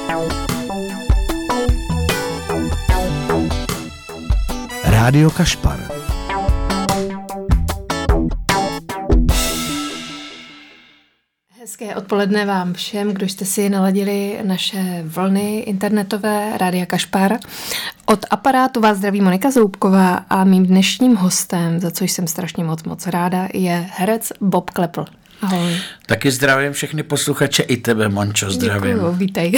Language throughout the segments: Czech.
Rádio Kašpar. Hezké odpoledne vám všem, kdo jste si naladili naše vlny internetové Rádia Kašpar. Od aparátu vás zdraví Monika Zoubková a mým dnešním hostem, za což jsem strašně moc ráda, je herec Bob Klepl. Ahoj. Taky zdravím všechny posluchače, i tebe, Mončo, zdravím. Děkuju, vítej.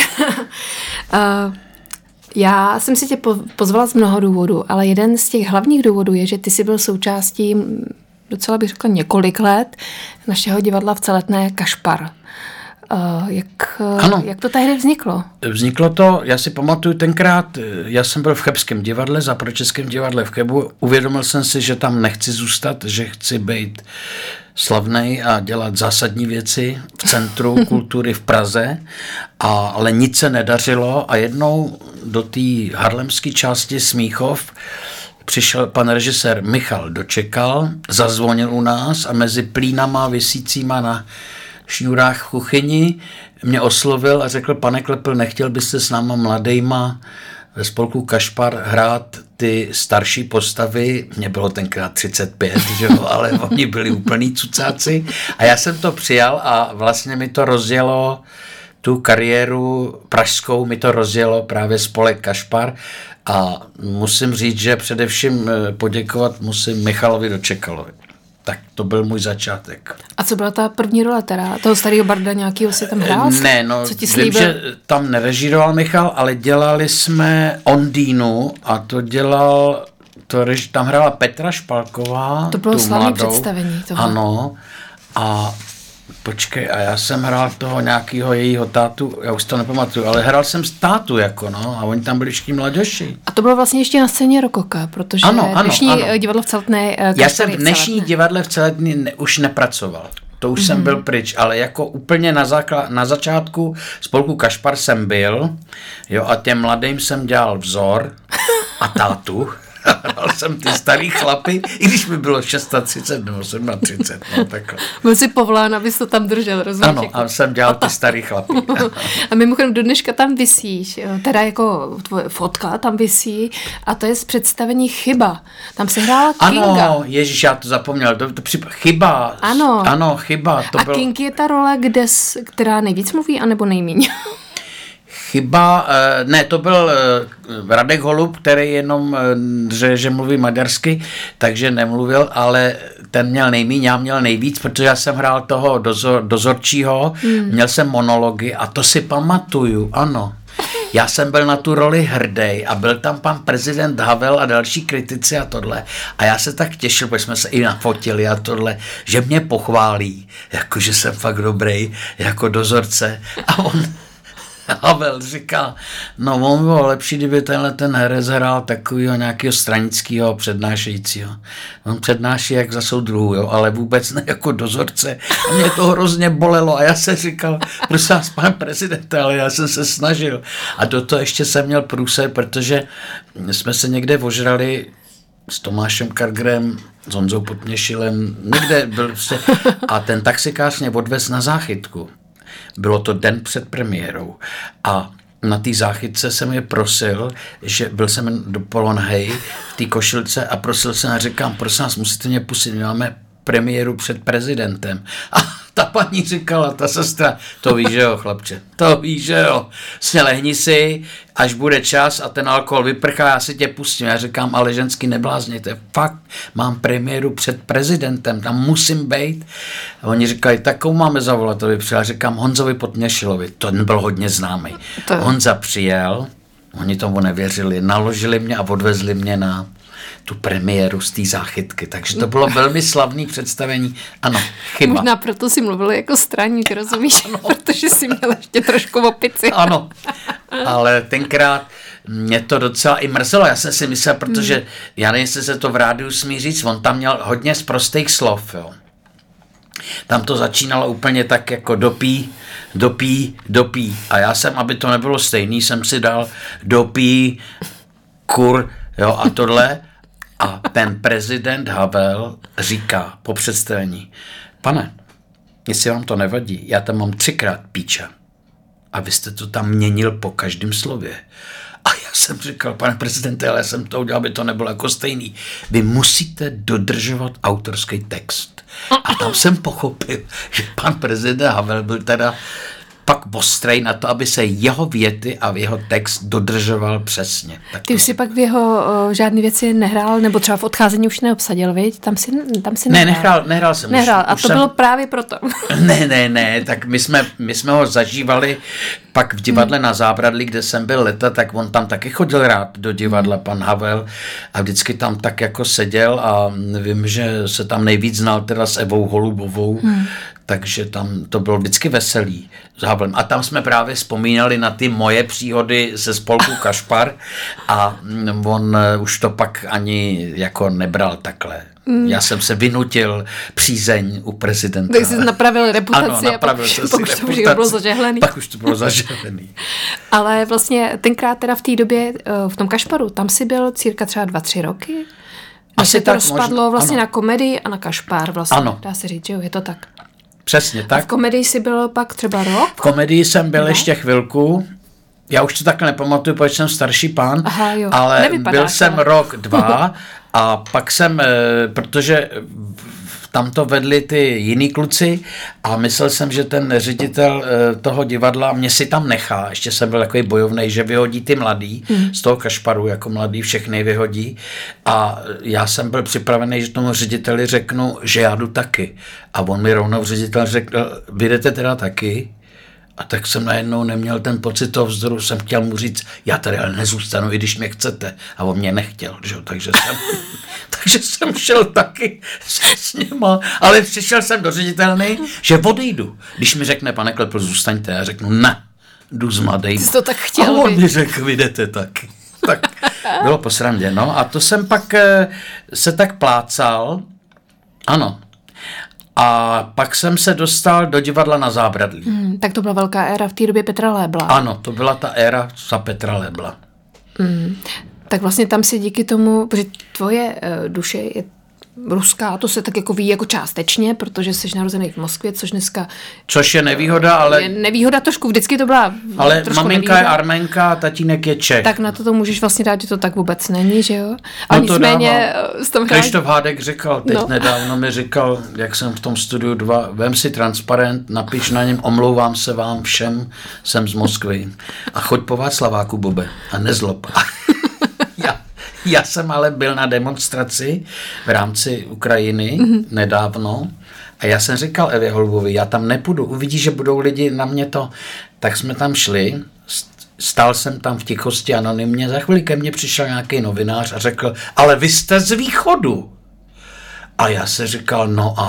Já jsem si tě pozvala z mnoha důvodů, ale jeden z těch hlavních důvodů je, že ty jsi byl součástí, docela bych řekla několik let, našeho divadla v Celetné Kašpar. Jak to tehdy vzniklo? Vzniklo to, já si pamatuju tenkrát, já jsem byl v Chebském divadle, Západočeském divadle v Chebu, uvědomil jsem si, že tam nechci zůstat, že chci být slavnej a dělat zásadní věci v Centru kultury v Praze, ale nic se nedařilo a jednou do té harlemské části Smíchov přišel pan režisér Michal Dočekal, zazvonil u nás a mezi plínama visícíma na šňůrách v kuchyni mě oslovil a řekl: pane Klepl, nechtěl byste s náma mladejma ve spolku Kašpar hrát ty starší postavy? Mně bylo tenkrát 35, že jo, ale oni byli úplný cucáci a já jsem to přijal a vlastně mi to rozjelo tu kariéru pražskou, mi to rozjelo právě spolek Kašpar a musím říct, že především poděkovat musím Michalovi Dočekalovi. Tak to byl můj začátek. A co byla ta první role teda? Toho starého barda nějakýho si tam hrál? Ne, no vím, že tam nerežíroval Michal, ale dělali jsme Ondínu a to dělal, tam hrála Petra Špalková. To bylo slavné představení. Tohle. Ano. A počkej, a já jsem hrál toho nějakého jejího tátu, já už to nepamatuju, ale hrál jsem tátu jako, no, a oni tam byli všichni mladěši. A to bylo vlastně ještě na scéně Rokoka, protože dnešní divadlo v Celetné já jsem v dnešní divadle v Celetné už nepracoval. To už jsem byl pryč, ale jako úplně na začátku spolku Kašpar jsem byl, jo, a těm mladým jsem dělal vzor a tátu. Hral jsem ty starý chlapy, i když mi bylo 630 nebo 37, no takhle. Byl jsi povolán, abys to tam držel, rozumíš? Ano, a jsem dělal ty starý chlapy. A mimochodem do dneška tam visíš, teda jako tvoje fotka tam visí a to je z představení Chyba. Tam se hrála Kinga. Ano, ježiš, já to zapomněl, Chyba. Ano, Chyba. To a byl... King je ta role, která nejvíc mluví, anebo nejmíň? Chyba, ne, to byl Radek Holub, který jenom že mluví maďarsky, takže nemluvil, ale ten měl nejmíň, já měl nejvíc, protože já jsem hrál toho dozorčího, měl jsem monology a to si pamatuju, ano. Já jsem byl na tu roli hrdý a byl tam pan prezident Havel a další kritici a tohle. A já se tak těšil, protože jsme se i nafotili a tohle, že mě pochválí, jakože jsem fakt dobrý, jako dozorce. A on... Havel říká, no on bylo lepší, kdyby ten herec hrál takovýho nějakého stranického přednášejícího. On přednáší jak za soudruhu, jo, ale vůbec ne jako dozorce. A mě to hrozně bolelo a já jsem říkal, prosím vás, pane prezidente, ale já jsem se snažil. A do toho ještě jsem měl průser, protože jsme se někde ožrali s Tomášem Kargrem, s Honzou Potměšilem, někde byl prostě, a ten taxikář mě odvez na záchytku. Bylo to den před premiérou a na té záchytce jsem je prosil, že byl jsem do polonhej v té košilce a prosil jsem a říkám, prosím vás, musíte mě pustit, my máme premiéru před prezidentem. A ta paní říkala, ta sestra, to víš, že jo, chlapče, to víš, že jo, lehni si, až bude čas a ten alkohol vyprchá, já si tě pustím. Já říkám, ale ženský, neblázněte, fakt, mám premiéru před prezidentem, tam musím být. A oni říkají, takou máme zavolat, to vypřijel. Já říkám, Honzovi Potměšilovi, to byl hodně známý. Honza přijel, oni tomu nevěřili, naložili mě a odvezli mě na tu premiéru z té záchytky, takže to bylo velmi slavné představení. Ano, Chyba. Možná proto si mluvil jako straník, rozumíš? Ano. Protože jsi měl ještě trošku opici. Ano, ale tenkrát mě to docela i mrzelo, já jsem si myslel, protože já nevím, jestli se to v rádiu smí říct, on tam měl hodně z prostých slov, jo. Tam to začínalo úplně tak jako dopí. A já jsem, aby to nebylo stejný, jsem si dal dopí, kur, jo, a tohle. A ten prezident Havel říká po představení, pane, jestli vám to nevadí, já tam mám 3krát píča. a vy jste to tam měnil po každém slově. A já jsem říkal, pane prezidente, ale já jsem to udělal, aby to nebylo jako stejný. Vy musíte dodržovat autorský text. A tam jsem pochopil, že pan prezident Havel byl teda pak ostrej na to, aby se jeho věty a jeho text dodržoval přesně. Tak Ty už si pak v jeho žádný věci nehrál, nebo třeba v Odcházení už neobsadil, viď? Tam si Nehrál jsem. Nehrál, a to bylo právě proto. Ne, tak my jsme ho zažívali pak v divadle na Zábradlí, kde jsem byl leta, tak on tam taky chodil rád do divadla, pan Havel, a vždycky tam tak jako seděl a vím, že se tam nejvíc znal teda s Evou Holubovou, takže tam to bylo vždycky veselý s Havlem. A tam jsme právě vzpomínali na ty moje příhody ze spolku Kašpar a on už to pak ani jako nebral takhle. Já jsem se vynutil přízeň u prezidenta. Tak jsi napravil reputaci. Ano, napravil jsem si reputaci. Pak už to bylo zažehlený. Ale vlastně tenkrát teda v té době v tom Kašparu, tam si byl cirka třeba 2-3 roky? Asi to rozpadlo vlastně na komedii a na Kašpar vlastně. Ano. Dá se říct, že jo, je to tak. Přesně tak. A v komedii jsi byl pak třeba rok? V komedii jsem byl ještě chvilku. Já už to takhle nepamatuju, protože jsem starší pán, ale byl jsem rok, 2 a pak jsem, protože tam to vedli ty jiný kluci a myslel jsem, že ten ředitel toho divadla mě si tam nechá. Ještě jsem byl takový bojovnej, že vyhodí ty mladý z toho Kašparu, jako mladý všechny vyhodí. A já jsem byl připravený, že tomu řediteli řeknu, že já jdu taky. A on mi rovnou ředitel řekl, vy jdete teda taky? A tak jsem najednou neměl ten pocit toho vzdoru, jsem chtěl mu říct, já tady ale nezůstanu, i když mě chcete. A on mě nechtěl, že? Takže jsem šel taky s něma, ale přišel jsem do ředitelny, že odejdu. Když mi řekne, pane Klepl, zůstaňte, já řeknu, ne, jdu s mladej. Jsi to tak chtěl. A on mi řekl, vy jdete taky. Tak bylo po srandě, no. A to jsem pak se tak plácal, ano. A pak jsem se dostal do divadla na Zábradlí. Tak to byla velká éra v té době Petra Lébla. Ano, to byla ta éra za Petra Lébla. Tak vlastně tam si díky tomu, protože tvoje duše je ruská, to se tak jako ví jako částečně, protože jsi narozený v Moskvě, což je nevýhoda, ale... Je nevýhoda trošku, vždycky to byla ale maminka nevýhoda. Je Arménka, tatínek je Čech. Tak na to můžeš vlastně dát, že to tak vůbec není, že jo? A no nicméně... Krištof Hádek říkal, teď nedávno mi říkal, jak jsem v tom studiu 2, vem si transparent, napiš na něm, omlouvám se vám všem, jsem z Moskvy. A choď po Václaváku, Bobe, a nezlob. Já jsem ale byl na demonstraci v rámci Ukrajiny nedávno a já jsem říkal Evě Holubovi, já tam nepůjdu, uvidí, že budou lidi na mě to. Tak jsme tam šli, stál jsem tam v tichosti anonymně, za chvíli ke mně přišel nějaký novinář a řekl, ale vy jste z východu. A já se říkal,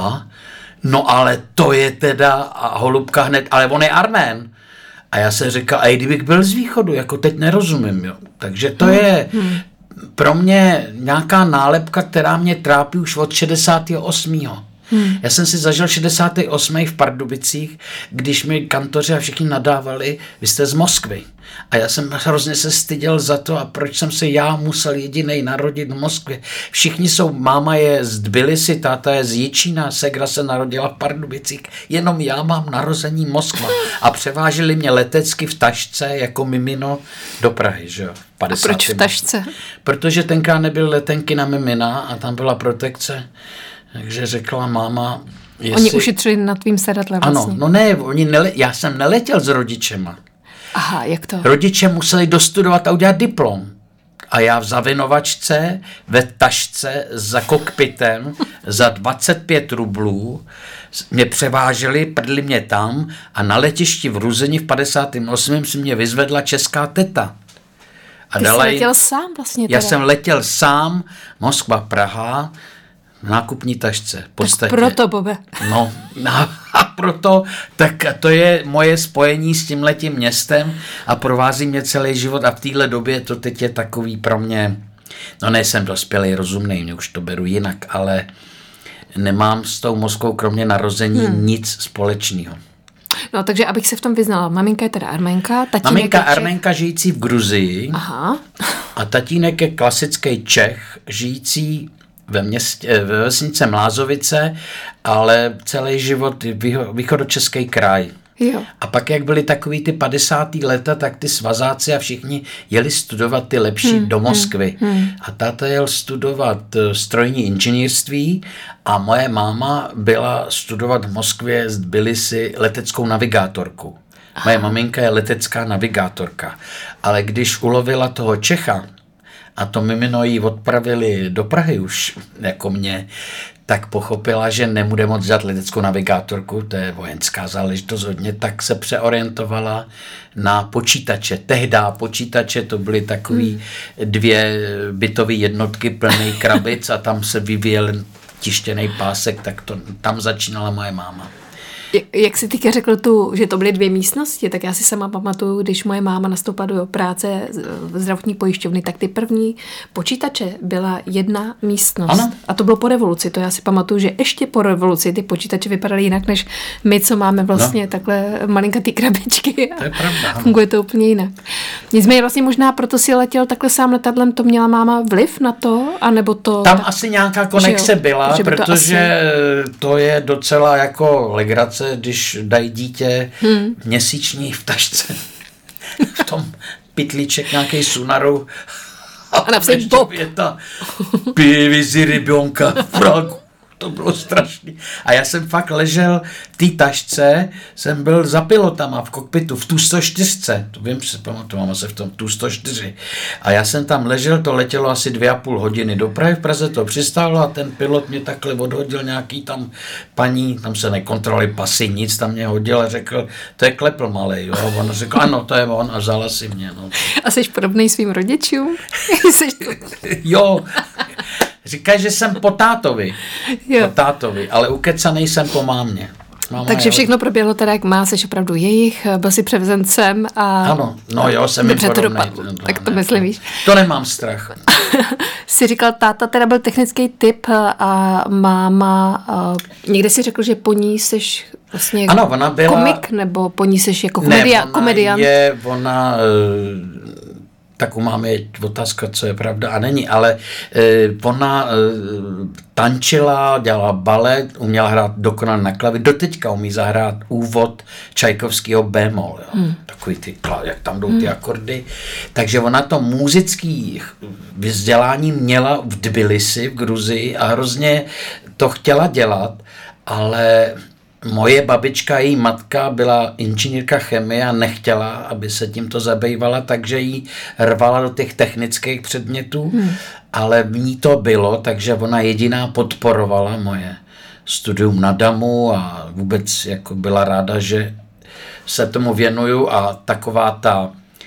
no ale to je teda, a Holubka hned, ale on je Armén. A já se říkal, a kdybych byl z východu, jako teď nerozumím, jo. Takže to je... pro mě nějaká nálepka, která mě trápí už od 68. Já jsem si zažil 68. v Pardubicích, když mi kantoři a všichni nadávali, vy jste z Moskvy. A já jsem hrozně se styděl za to, a proč jsem se já musel jedinej narodit v Moskvě. Všichni jsou, máma je z Tbilisi, táta je z Jičína, segra se narodila v Pardubicích, jenom já mám narození Moskva. A převážili mě letecky v tašce jako mimino do Prahy, že jo. A proč v tašce? Protože tenkrát nebyly letenky na mimina a tam byla protekce. Takže řekla máma, jestli... Oni ušetřili na tvým sedadle vlastně. Ano, no ne, já jsem neletěl s rodičema. Aha, jak to? Rodiče museli dostudovat a udělat diplom. A já v zavinovačce, ve tašce, za kokpitem, za 25 rublů mě převáželi, prdli mě tam a na letišti v Ruzeni v 58. si mě vyzvedla česká teta. A ty jsi letěl sám vlastně teda. Já jsem letěl sám, Moskva, Praha, v nákupní tašce. Tak proto, Bobe. No a proto, tak to je moje spojení s tímhletím městem a provází mě celý život a v téhle době to teď je takový pro mě, no nejsem dospělý, rozumnej, mě už to beru jinak, ale nemám s tou Moskvou kromě narození nic společného. No, takže abych se v tom vyznala, maminka je teda Arménka, tatínek maminka je Čech. Arménka žijící v Gruzii. Aha. A tatínek je klasický Čech, žijící ve vesnice Mlázovice, ale celý život východočeský kraj. Jo. A pak, jak byly takový ty 50. leta, tak ty svazáci a všichni jeli studovat ty lepší do Moskvy. A táta jel studovat strojní inženýrství a moje máma byla studovat v Moskvě z Tbilisi leteckou navigátorku. Moje maminka je letecká navigátorka. Ale když ulovila toho Čecha, a to mimino jí odpravili do Prahy už, jako mě, tak pochopila, že nebude moc dělat leteckou navigátorku, to je vojenská záležitost hodně, tak se přeorientovala na počítače. Tehdá počítače to byly takový 2 bytové jednotky plný krabic a tam se vyvíjel tištěný pásek, tak to, tam začínala moje máma. Jak jsi teďka řekl že to byly 2 místnosti, tak já si sama pamatuju, když moje máma nastoupila do práce v zdravotní pojišťovny, tak ty první počítače byla 1 místnost. Ano. A to bylo po revoluci. To já si pamatuju, že ještě po revoluci ty počítače vypadaly jinak, než my, co máme vlastně takhle malinkatý krabičky. To je pravda. Funguje to úplně jinak. Nicméně vlastně možná proto si letěl takhle sám letadlem, to měla máma vliv na to, anebo to... Tam asi nějaká konexe byla, protože to je docela jako legrace, když dají dítě měsíční v tašce, v tom pytlíček nějakej Sunaru a napsat Bob. Vyvizi rybionka v Prahu. To bylo strašný. A já jsem fakt ležel v té tašce, jsem byl za pilotama v kokpitu, v Tu-104, to vím, že pamatuju, mám se v tom Tu-104. A já jsem tam ležel, to letělo asi 2,5 hodiny do Prahy, v Praze to přistálo a ten pilot mě takhle odhodil nějaký tam paní, tam se nekontrolovali pasy, nic, tam mě hodil a řekl, to je Klepl malej, jo. On řekl, ano, to je on a vzala si mě. No. A jsi podobnej svým rodičům? Jo. Říkají, že jsem po tátovi, ale ukecanej jsem po mámě. Takže všechno proběhlo teda, jak má, seš opravdu jejich, byl si převezen sem a... Ano, no jo, jsem jim podobnej. Tak to myslím, víš. To nemám strach. Jsi říkal, táta teda byl technický typ a máma, někde si řekl, že po ní seš vlastně ano, ona byla... komik, nebo po ní seš jako komediant? Ona tak u mámy je otázka, co je pravda a není, ale ona tančila, dělala balet, uměla hrát dokonale na klavír, doteďka umí zahrát úvod Čajkovského bémol, takový ty, jak tam jdou ty akordy, takže ona to muzický vzdělání měla v Tbilisi, v Gruzii a hrozně to chtěla dělat, ale moje babička, její matka byla inženýrka chemie a nechtěla, aby se tímto zabývala, takže jí rvala do těch technických předmětů, ale v ní to bylo, takže ona jediná podporovala moje studium na DAMu a vůbec jako byla ráda, že se tomu věnuju a taková ta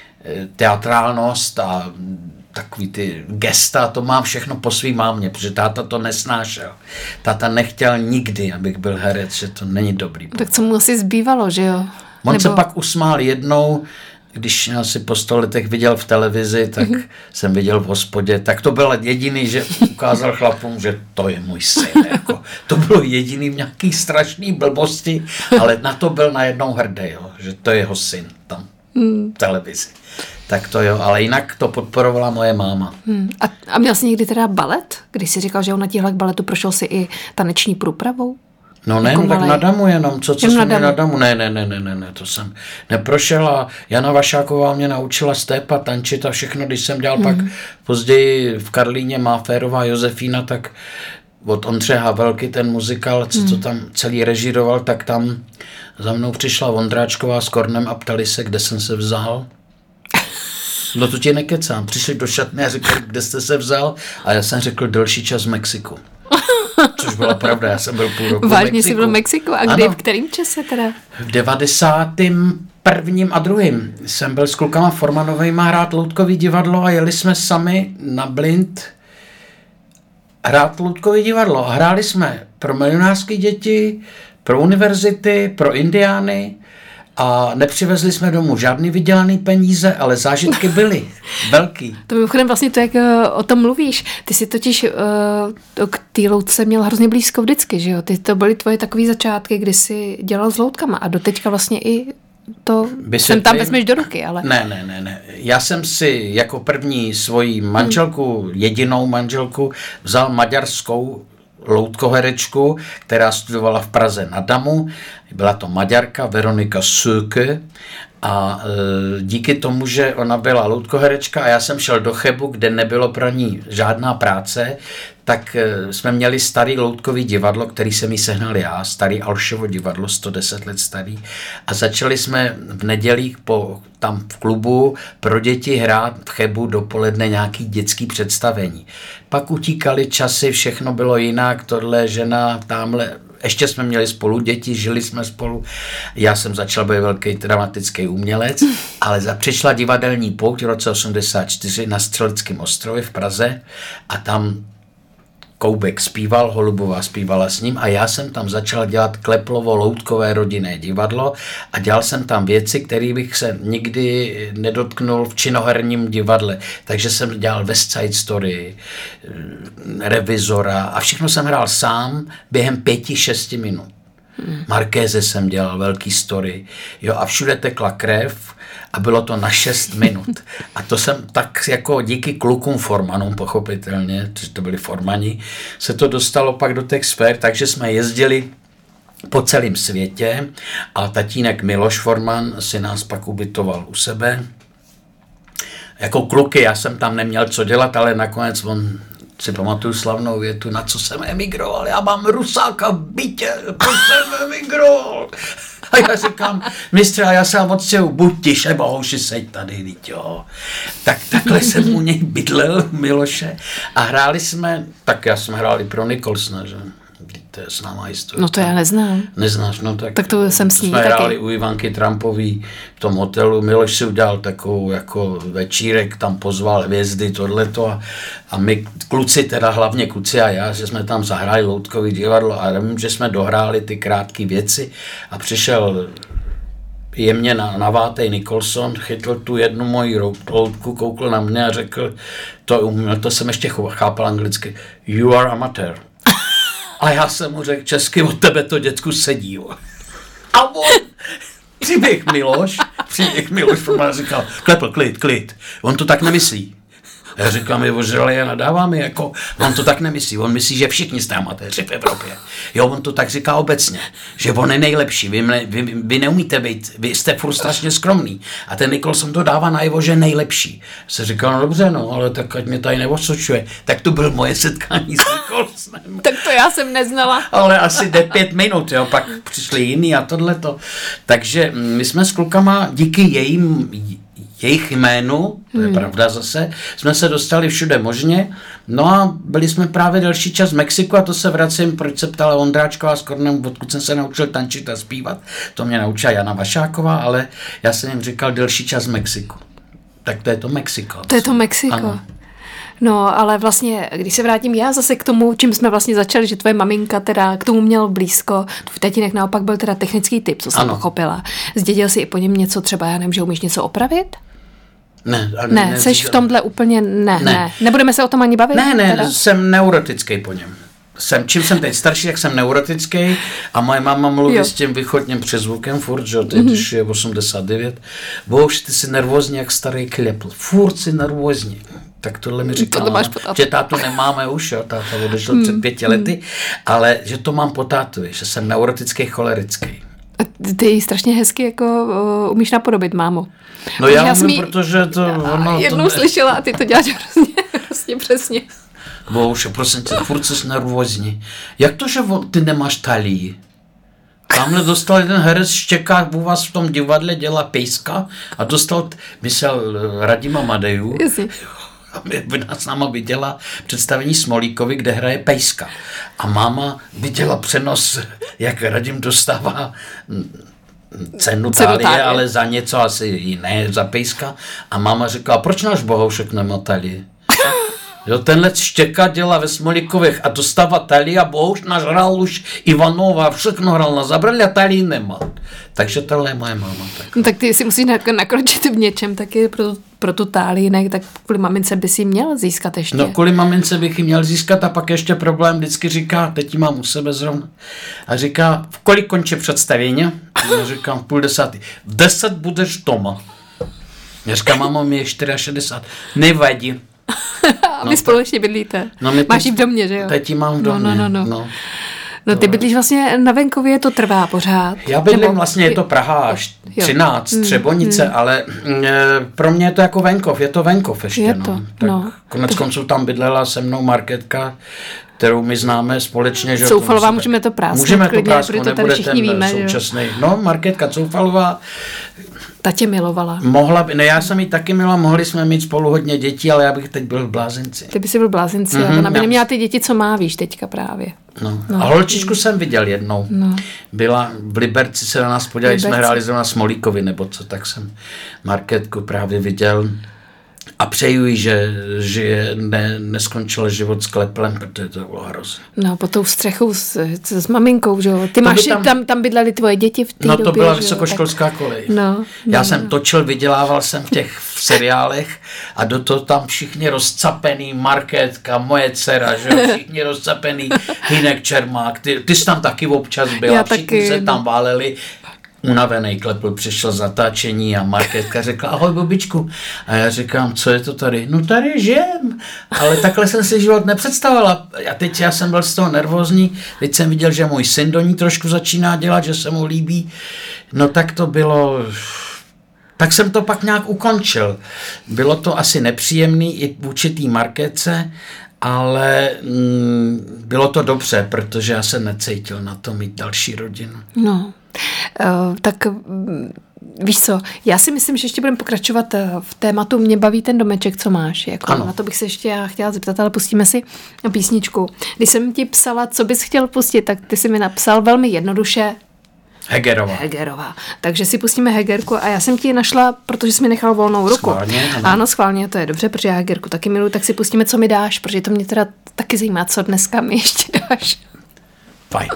teatrálnost a takový ty gesta, to mám všechno po svý mámě, protože táta to nesnášel. Táta nechtěl nikdy, abych byl herec, že to není dobrý. Tak co mu asi zbývalo, že jo? On se pak usmál jednou, když mě asi po 100 letech viděl v televizi, tak jsem viděl v hospodě, tak to byl jediný, že ukázal chlapům, že to je můj syn. Jako, to bylo jediný v nějaký strašný blbosti, ale na to byl najednou hrdý, jo, že to je jeho syn tam v televizi. Tak to jo, ale jinak to podporovala moje máma. A měl jsi někdy teda balet? Když jsi říkal, že na tíhle k baletu prošel si i taneční průpravou? No ne, no, tak na DAMu jenom, co jsem na DAMu, ne, to jsem neprošel a Jana Vašáková mě naučila stépat, tančit a všechno, když jsem dělal pak později v Karlíně Máférová Josefína, tak od Ondře Havelky ten muzikál, co to tam celý režíroval, tak tam za mnou přišla Vondráčková s Kornem a ptali se, kde jsem se vzal. No to ti nekecám. Přišli do šatny a řekli, kde jste se vzal? A já jsem řekl delší čas v Mexiku. Což byla pravda, já jsem byl půl roku Vážně v Mexiku. Jsi byl v Mexiku? A kdy, v kterým čase teda? V 91. a 2. jsem byl s klukama Formanovejma hrát loutkový divadlo a jeli jsme sami na blind hrát loutkový divadlo. A hráli jsme pro milionářské děti, pro univerzity, pro indiány, a nepřivezli jsme domů žádný vydělaný peníze, ale zážitky byly velký. To mimochodem vlastně to, jak o tom mluvíš. Ty si totiž k té loutce měl hrozně blízko vždycky, že jo? To byly tvoje takové začátky, kdy jsi dělal s loutkama a doteďka vlastně i to sem tam vezmeš do ruky, ale... Ne. Já jsem si jako první svoji manželku, jedinou manželku, vzal maďarskou loutkoherečku, která studovala v Praze na Damu. Byla to Maďarka Veronika Söke a díky tomu, že ona byla loutkoherečka a já jsem šel do Chebu, kde nebylo pro ní žádná práce, tak jsme měli starý loutkový divadlo, který jsem jí sehnal já, starý Alšovo divadlo, 110 let starý. A začali jsme v nedělích tam v klubu pro děti hrát v Chebu dopoledne nějaký dětský představení. Pak utíkaly časy, všechno bylo jinak, tohle žena, tamhle. Ještě jsme měli spolu děti, žili jsme spolu. Já jsem začal být velký dramatický umělec, ale přišla divadelní pouť v roce 1984 na Střeleckém ostrově v Praze a tam Koubek zpíval, Holubová zpívala s ním a já jsem tam začal dělat Kleplovo-loutkové rodinné divadlo a dělal jsem tam věci, které bych se nikdy nedotknul v činoherním divadle. Takže jsem dělal West Side Story, Revizora a všechno jsem hrál sám během 5-6 minut. Markéze jsem dělal, velký story, jo, a všude tekla krev a bylo to na 6 minut. A to jsem tak jako díky klukům formanům, pochopitelně, protože to byli formani, se to dostalo pak do těch sfér, takže jsme jezdili po celém světě a tatínek Miloš Forman si nás pak ubytoval u sebe. Jako kluky, já jsem tam neměl co dělat, ale nakonec on si pamatuju slavnou větu, na co jsem emigroval. Já mám Rusáka v bytě, proč jsem emigroval? A já říkám, mistře, a já se vám odstěhu, buď tiše, bohuši, seď tady, viď, jo. Tak takhle jsem u něj bydlel, Miloše, a hráli jsme, tak já jsem hrál i pro Nicholsona, že? To je známá historie. No to já neznám. Neznáš, no tak to jsem s ní jsme taky. hráli u Ivanky Trumpový v tom hotelu, Miloš si udělal takovou jako večírek, tam pozval hvězdy, tohleto a my kluci, teda hlavně kluci a já, že jsme tam zahráli loutkový divadlo a vím, že jsme dohráli ty krátké věci a přišel jemně navátej Nicholson, chytl tu jednu moji loutku, koukl na mě a řekl, to jsem ještě chápal anglicky, you are amateur. A já jsem mu řekl česky, od tebe to děcku sedí. Jo. A on, příběh Miloš, on říkal, Klepl, klid, on to tak nemyslí. A já říkám, je ožralý a nadává mi, jako, on to tak nemyslí, on myslí, že všichni jste amatéři v Evropě. Jo, on to tak říká obecně, že on je nejlepší, vy neumíte být, vy jste furt strašně skromný. A ten Nicholson to dává najevo, že nejlepší. Se říkal, no dobře, no, ale tak ať mě tady neosočuje. Tak to bylo moje setkání s Nicholsonem. Tak to já jsem neznala. Ale asi jde 5 minut, jo, pak přišli jiný a tohleto. Takže my jsme s klukama díky jejich jménu, to je pravda zase, jsme se dostali všude možně, no a byli jsme právě delší čas v Mexiku a to se vracím, proč se ptala Ondráčková s Kornem, odkud jsem se naučil tančit a zpívat, to mě naučila Jana Vašáková, ale já jsem jim říkal delší čas v Mexiku. Tak to je to Mexiko. To je to Mexiko. Ano. No, ale vlastně, když se vrátím já zase k tomu, čím jsme vlastně začali, že tvoje maminka teda k tomu měl blízko, tvůj tatínek naopak byl teda technický typ, co jsem pochopila. Zdědil si i po něm něco třeba, já nevím, že umíš něco opravit? Ne, seš v tomhle úplně ne. Nebudeme se o tom ani bavit? Ne, teda? Jsem neurotický po něm. Čím jsem teď starší, jak jsem neurotický a moje máma mluví s tím východním přezvukem furt, že teď je 89. Bohuž, ty jsi nervózní jak starý Klepl. Furt si nervózní. Tak tohle mi říkala, že tátu nemáme už, jo, táta odešel před 5 lety, ale že to mám po tátovi, že jsem neurotický, cholerický. A ty ji strašně hezky jako umíš napodobit, mámo. No já umím, protože to... Jednou slyšela a ty to děláš hrozně přesně. Bohuž, prosím tě, furt jsi nervózní. Jak to, že ty nemáš talii? Tamhle dostal jeden herec Štěká, u vás v tom divadle dělá pejska a dostal, myslel Radima Madeju. By nás náma viděla představení Smolíkovi, kde hraje pejska. A máma viděla přenos, jak Radim dostává cenu talie, ale za něco asi jiné, za pejska. A máma říkala, proč náš Bohoušek nemá talii? Jo, tenhle Štěka dělá ve Smolíkových a dostává talii a Bohouš náš hrál už Ivanova, všechno hrál na zabrali a talii nemá. Takže tohle je moje máma. Tak. No, tak ty si musíš nakročit v něčem taky pro tu talii, ne? Tak kvůli mamince bys ji měl získat ještě. No kvůli mamince bych ji měl získat a pak ještě problém vždycky říká, teď ji mám u sebe zrovna, a říká, v kolik končí představení? Já říkám, v 9:30. V 10 budeš doma. Já říkám, mámo, mi je 64. Nevadí. a vy společně bydlíte. Máš ji v domě, že jo? Teď ji mám v domě. No ty bydlíš vlastně na venkově, to trvá pořád. Já bydlím vlastně, je to Praha 13, Třebonice, ale pro mě je to jako venkov, je to venkov ještě. Je to, Tak konec konců tam bydlela se mnou Markétka, kterou my známe společně. Že Coufalová, můžeme to prásnout. Můžeme to prásnout, protože to tady všichni víme. Současný. No, Markétka Coufalová. Ta tě milovala. Mohla by, ne, já jsem ji taky milovala, mohli jsme mít spolu hodně dětí, ale já bych teď byl v blázinci. Ty by si byl v blázinci, a ona by neměla ty děti, co má, víš, teďka právě. No. A holčičku jsem viděl jednou. No. Byla v Liberci, se na nás podívali, jsme hráli zrovna Smolíkovi, nebo co, tak jsem Markétku právě viděl. A přeju jí, že neskončil život s kleplem, protože to bylo hrozné. No, pod tou střechou s maminkou, že jo? Ty máš, tam bydlely tvoje děti v té době, No, to byla vysokoškolská kolej. Já jsem točil, vydělával jsem v těch seriálech a do toho tam všichni rozcapený, Markétka, moje dcera, že jo? Všichni rozcapený, Hynek Čermák, ty jsi tam taky občas byla, všichni se tam váleli. Unavený Klepl přišel z natáčení a Markétka řekla, ahoj Bobičku. A já říkám, co je to tady? No tady žijem. Ale takhle jsem si život nepředstavovala. A teď já jsem byl z toho nervózní. Teď jsem viděl, že můj syn do ní trošku začíná dělat, že se mu líbí. No tak to bylo... Tak jsem to pak nějak ukončil. Bylo to asi nepříjemný i vůči té Markétce, ale bylo to dobře, protože já se necítil na to mít další rodinu. No. Tak víš co, já si myslím, že ještě budeme pokračovat v tématu Mě baví ten domeček, co máš. Jako, na to bych se ještě chtěla zeptat, ale pustíme si písničku. Když jsem ti psala, co bys chtěl pustit, tak ty si mi napsal velmi jednoduše Hegerová. Takže si pustíme Hegerku a já jsem ti našla, protože jsi mi nechal volnou ruku. Schválně, ano, schválně, to je dobře, protože já Hegerku taky miluji, tak si pustíme, co mi dáš, protože to mě teda taky zajímá, co dneska mi ještě dáš. Fajn.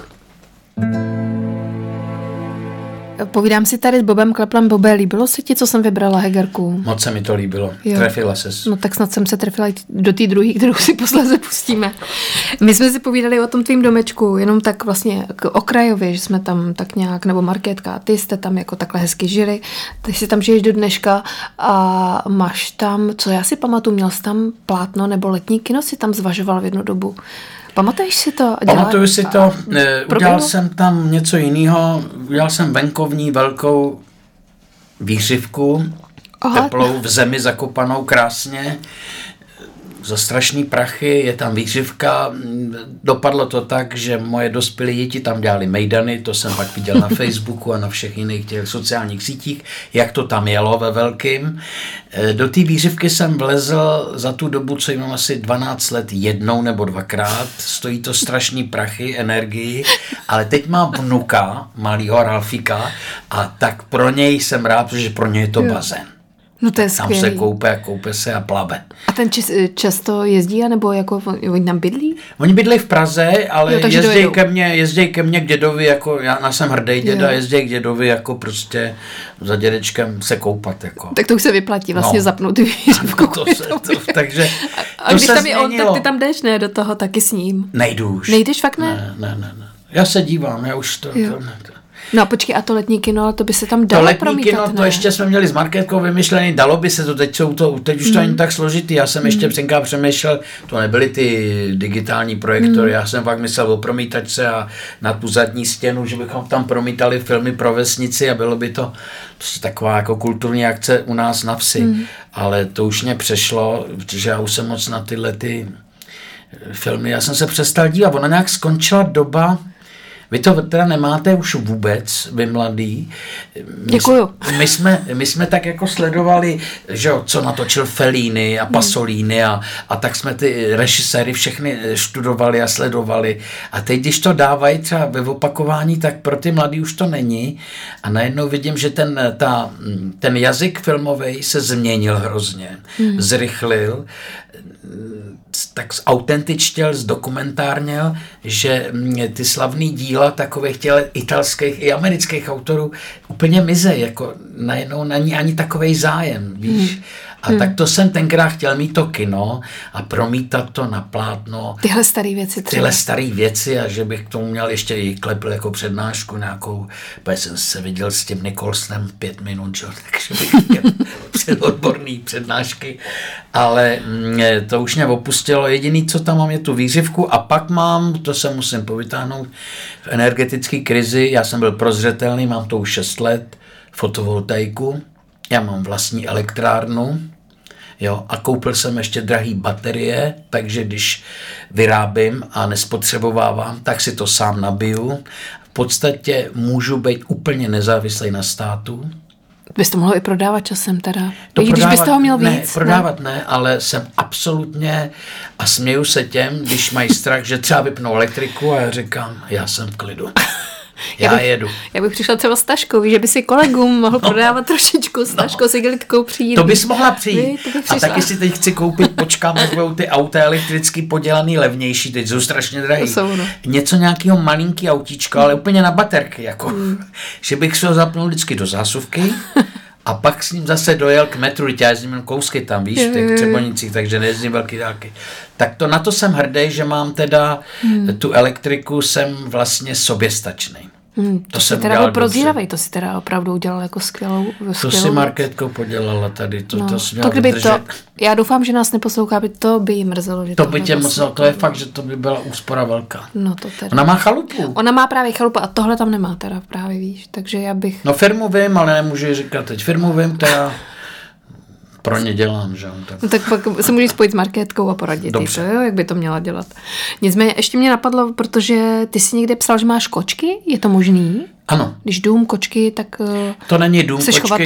Povídám si tady s Bobem Kleplem. Bobe, líbilo se ti, co jsem vybrala Hegerku? Moc se mi to líbilo. Jo. Trefila ses. No tak snad jsem se trefila i do té druhé, kterou si posléze pustíme. My jsme si povídali o tom tvým domečku, jenom tak vlastně okrajově, že jsme tam tak nějak, nebo Markétka, ty jste tam jako takhle hezky žili, ty si tam žiješ do dneška a máš tam, co já si pamatuju, měl jsi tam plátno nebo letní kino si tam zvažoval v jednu dobu. Pamatuješ si to? Pamatuju si to. Udělal jsem tam něco jiného. Udělal jsem venkovní velkou výřivku, teplou v zemi zakopanou krásně. Za strašný prachy, je tam výřivka. Dopadlo to tak, že moje dospělé děti tam dělali mejdany, to jsem pak viděl na Facebooku a na všech jiných těch sociálních sítích, jak to tam jelo ve velkým. Do té výřivky jsem vlezl za tu dobu, co mám asi 12 let, jednou nebo dvakrát. Stojí to strašný prachy, energii, ale teď mám vnuka, malýho Ralfíka, a tak pro něj jsem rád, protože pro něj je to bazén. No to je tam skvělý. Se koupe se a plave. A ten často jezdí, anebo jako oni tam bydlí? Oni bydlí v Praze, ale jezdí ke mně k dědovi, jako já jsem hrdý děda, jezdí k dědovi jako prostě za dědečkem se koupat. Jako. Tak to už se vyplatí vlastně zapnout výřivku. Takže a když tam je on, tak ty tam jdeš, ne, do toho taky s ním? Nejdu už. Nejdeš fakt, ne? Ne. Já se dívám, já už to. No a počkej, a to letní kino, ale to by se tam dalo promítat, to letní kino, ne? To ještě jsme měli s Markétkou vymyšlený, dalo by se to, teď už to není tak složitý, já jsem ještě přemýšlel, to nebyly ty digitální projektory, já jsem pak myslel o promítačce a na tu zadní stěnu, že bychom tam promítali filmy pro vesnici a bylo by to prostě taková jako kulturní akce u nás na vsi, ale to už mě přešlo, protože já už jsem moc na tyhle ty filmy, já jsem se přestal dívat, ona nějak skončila doba. Vy to teda nemáte už vůbec, vy mladý. Děkuju. My jsme tak jako sledovali, že co natočil Fellini a Pasolini a tak jsme ty režiséry všechny študovali a sledovali. A teď, když to dávají třeba ve opakování, tak pro ty mladý už to není. A najednou vidím, že ten jazyk filmový se změnil hrozně. Zrychlil, tak zautentičtěl, zdokumentárněl, že ty slavný díla takových těch italských i amerických autorů úplně mizej, jako najednou na ní ani takovej zájem, víš. A tak to jsem tenkrát chtěl mít to kino a promítat to na plátno. Tyhle staré věci třeba. Tyhle staré věci a že bych k tomu měl ještě i klepl jako přednášku nějakou, protože jsem se viděl s tím Nicholsonem 5 minut, že? Takže bych měl předodborný přednášky, ale to už mě opustilo. Jediný, co tam mám, je tu výřivku a pak mám, to se musím povytáhnout, v energetické krizi, já jsem byl prozřetelný, mám to už 6 let, fotovoltaiku. Já mám vlastní elektrárnu, jo, a koupil jsem ještě drahý baterie, takže když vyrábím a nespotřebovávám, tak si to sám nabiju. V podstatě můžu být úplně nezávislý na státu. Bys to mohl i prodávat časem teda. To když bys toho měl ne, víc. Prodávat ne, ale jsem absolutně a směju se těm, když mají strach, že třeba vypnou elektriku a já říkám, já jsem v klidu. Já jedu. Já bych přišla třeba s taškou, že by si kolegům mohl prodávat trošičku s taškou, s igelitkou přijít. To bys mohla přijít. A taky si teď chci koupit, počkám, až budou ty auta elektricky podělaný levnější, teď jsou strašně drahý. Něco nějakého malinký autíčko, ale úplně na baterky, jako. Že bych se ho zapnul vždycky do zásuvky a pak s ním zase dojel k metru, já jezdím kousky tam, víš, v těch Třebonicích, takže nejezdím velký dálky. Tak to na to jsem hrdý, že mám teda tu elektriku, jsem vlastně soběstačný. To si teda byl prozíravej, to si teda opravdu udělal jako skvělou To si Markétko podělala tady, to si měla já doufám, že nás neposlouchá, to by jí mrzelo. Že to by tě mrzelo, to je fakt, že to by byla úspora velká. No to teda. Ona má chalupu. Ona má právě chalupu a tohle tam nemá teda právě, víš, takže já bych... No firmu vím, ale nemůžu ji říkat teď. Firmu vím, která pro ně dělám, že? Tak. No tak pak se můžeš spojit s Markétkou a poradit jí to, jo, jak by to měla dělat. Nicméně ještě mě napadlo, protože ty jsi někde psal, že máš kočky, je to možný? Ano. Když dům, kočky, tak to není dům, kočky,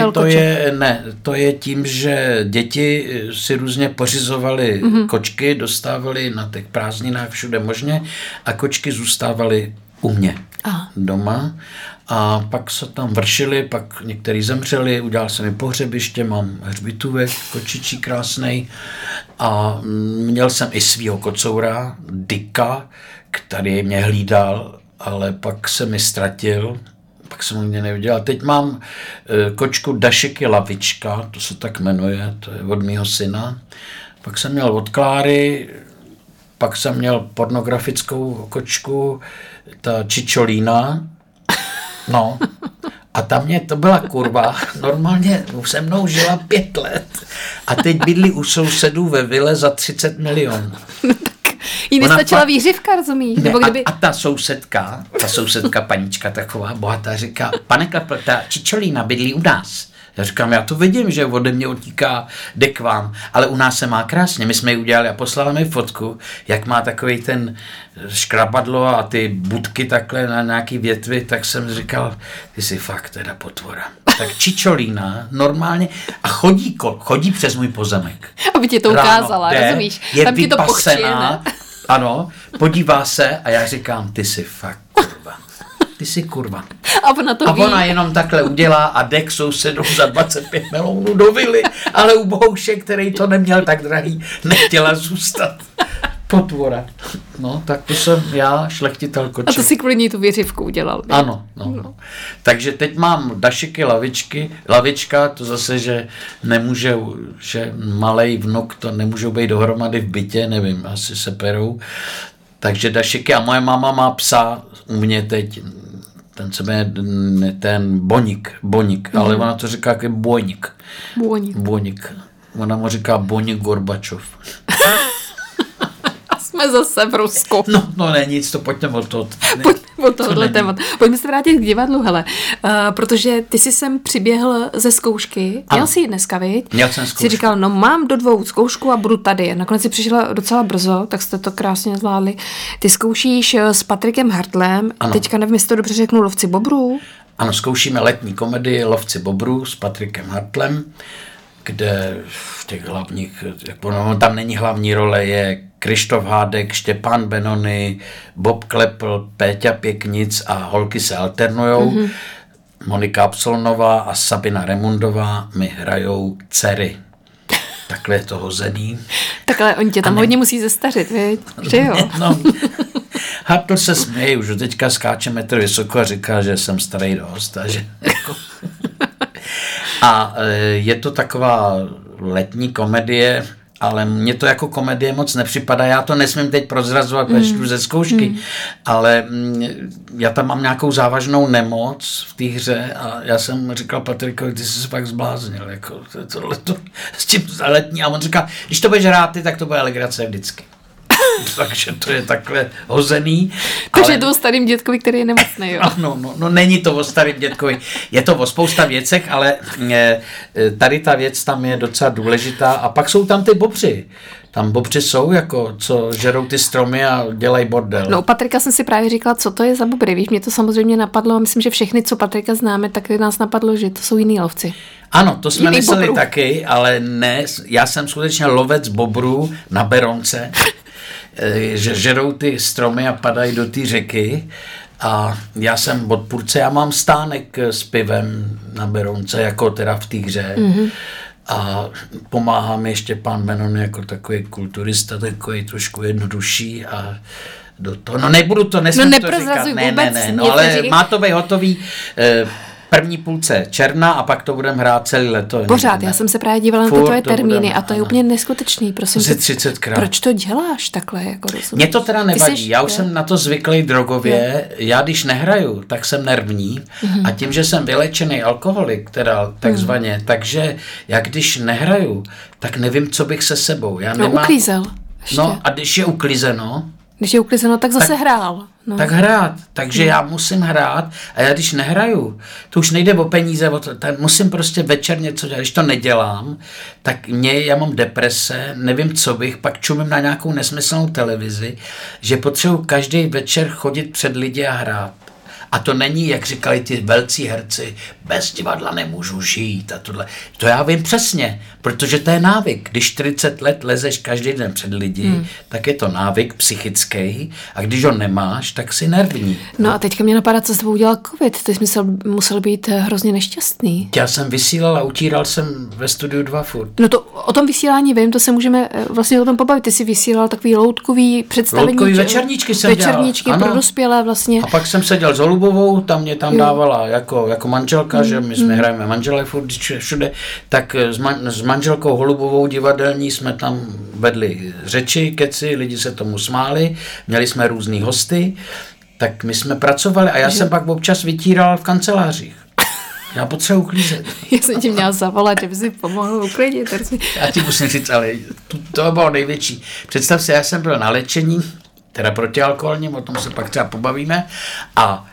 to je tím, že děti si různě pořizovaly kočky, dostávali na těch prázdninách všude možně a kočky zůstávaly u mě doma. A pak se tam vršili, pak některý zemřeli, udělal jsem mi pohřebiště, mám hřbitůvek kočičí krásnej a měl jsem i svýho kocoura, Dicka, který mě hlídal, ale pak se mi ztratil, pak jsem ho nikdy neviděl. Teď mám kočku Dašiky Lavička, to se tak jmenuje, to je od mýho syna. Pak jsem měl od Kláry, pak jsem měl pornografickou kočku, ta Čičolína. No, a tam mě to byla kurva, normálně se mnou žila 5 let a teď bydlí u sousedů ve vile za 30 milionů. Jí nestačila výřivka, rozumíš? Ne, a ta sousedka panička taková bohatá říká, pane Klepl, ta Čičolína bydlí u nás. Já říkám, já to vidím, že ode mě utíká, jde k vám, ale u nás se má krásně. My jsme ji udělali a poslala mi fotku, jak má takový ten škrabadlo a ty budky takhle na nějaký větvi, tak jsem říkal, ty jsi fakt teda potvora. Tak Čičolína normálně a chodí přes můj pozemek. Aby ti to ukázala, rozumíš? Je tam vypasená, ano, podívá se a já říkám, ty jsi fakt kurva. Ty jsi kurva. A ona jenom takhle udělá a jde k sousedům za 25 milionů do vily, ale u Bohouše, který to neměl tak drahý, nechtěla zůstat. Potvora. No, tak to jsem já, šlechtitel koček. A to si kvůli ní tu věřivku udělal. Ne? Ano, no. Takže teď mám Dašiky Lavička, to zase, že nemůže, že malej vnuk, to nemůžou být dohromady v bytě, nevím, asi se perou. Takže Dašiky a moje máma má psa u mě teď, ten se jmenuje ten Boník, ale ona to říká jako Boník. Ona mu říká Boník Gorbačov. Jsme zase v Rusku. No ne, nic, to pojďme od toho. Od tohohle tématu. Pojďme se vrátit k divadlu, hele, protože ty jsi sem přiběhl ze zkoušky, měl jsi ji dneska, viď? Měl jsem zkoušku. Jsi říkal, no mám do 2 zkoušku a budu tady. Nakonec jsi přišla docela brzo, tak jste to krásně zvládli. Ty zkoušíš s Patrikem Hartlem, teďka nevím, jestli to dobře řeknu, Lovci bobrů. Ano, zkoušíme letní komedii Lovci bobrů s Patrikem Hartlem, kde v těch hlavních, tam není hlavní role, je Krištof Hádek, Štěpán Benony, Bob Klepl, Péťa Pěknic a holky se alternujou. Monika Absolnová a Sabina Remundová mi hrajou dcery. Takhle je to hozený. Tak ale oni tě tam hodně musí zestařit, viď? Že jo? No. Hartl se směje, už teďka skáče metr vysoko a říká, že jsem starý dost. A je to taková letní komedie, ale mně to jako komedie moc nepřipadá. Já to nesmím teď prozrazovat, čtu ze zkoušky, ale já tam mám nějakou závažnou nemoc v té hře a já jsem říkal Patrikovi, ty jsi se fakt zbláznil, jako tohleto s tím letní. A on říká, když to budeš hrát ty, tak to bude legrace vždycky. Takže to je takhle hozený. Takže je to o starým dětkovi, který je nemocný, jo? No, není to o starým dětkovi. Je to o spousta věcech, ale tady ta věc tam je docela důležitá. A pak jsou tam ty bobři. Tam bobři jsou, jako, co žerou ty stromy a dělají bordel. No, u Patrika jsem si právě říkala, co to je za bobry. Víš, mě to samozřejmě napadlo, myslím, že všechny, co Patrika známe, tak nás napadlo, že to jsou jiný lovci. Ano, to jsme mysleli bobrů. taky, ale ne, já jsem skutečně lovec bobrů na Berounce, že žerou ty stromy a padají do té řeky. A já jsem odpůrce, já mám stánek s pivem na Berounce, jako teda v té hře. A pomáhá mi ještě pán Menon jako takový kulturista, takový trošku jednodušší a do toho. No nebudu to, nesmím to říkat. Ne, no, ale má to být hotový první půlce června a pak to budeme hrát celý leto. Pořád, já jsem se právě dívala na ty tvoje termíny a to je úplně neskutečný, prosím. Asi 30krát. Proč to děláš takhle? Jako Mně to teda nevadí, já už jsem na to zvyklý drogově, já když nehraju, tak jsem nervní a tím, že jsem vylečený alkoholik, teda takzvaně, takže já když nehraju, tak nevím, co bych se sebou. Já nemám... uklízel. Ještě. No a když je uklízeno, tak zase hrál. No. Tak hrát. Takže já musím hrát a já když nehraju, to už nejde o peníze, musím prostě večer něco dělat. Když to nedělám, tak já mám deprese, nevím, co bych, pak čumím na nějakou nesmyslnou televizi, že potřebuji každý večer chodit před lidi a hrát. A to není, jak říkali ty velcí herci, bez divadla nemůžu žít a tohle. To já vím přesně, protože to je návyk. Když 40 let lezeš každý den před lidi, tak je to návyk psychický a když ho nemáš, tak si nervní. No a teďka mě napadá, co s tebou udělal covid. Ty jsi musel být hrozně nešťastný. Já jsem vysílal a utíral jsem ve Studiu 2 furt. No to o tom vysílání vím, to se můžeme vlastně o tom pobavit. Ty jsi vysílal takový loutkový představení. Loutkový večerníčky jsem dělal. Večerníčky pro dospělé vlastně. A pak jsem seděl s Holubovou, tam mě tam dávala jako manželka, že my jsme hrajeme manželé furt všude, tak s manželkou Holubovou divadelní jsme tam vedli řeči, keci, lidi se tomu smáli, měli jsme různý hosty, tak my jsme pracovali a já jsem pak občas vytíral v kancelářích. Já potřebuji uklízet. Já jsem ti měla zavolat, že by si pomohl uklidit. Já ti musím říct, ale to bylo největší. Představ si, já jsem byl na léčení, teda protialkoholním, o tom se pak třeba pobavíme, a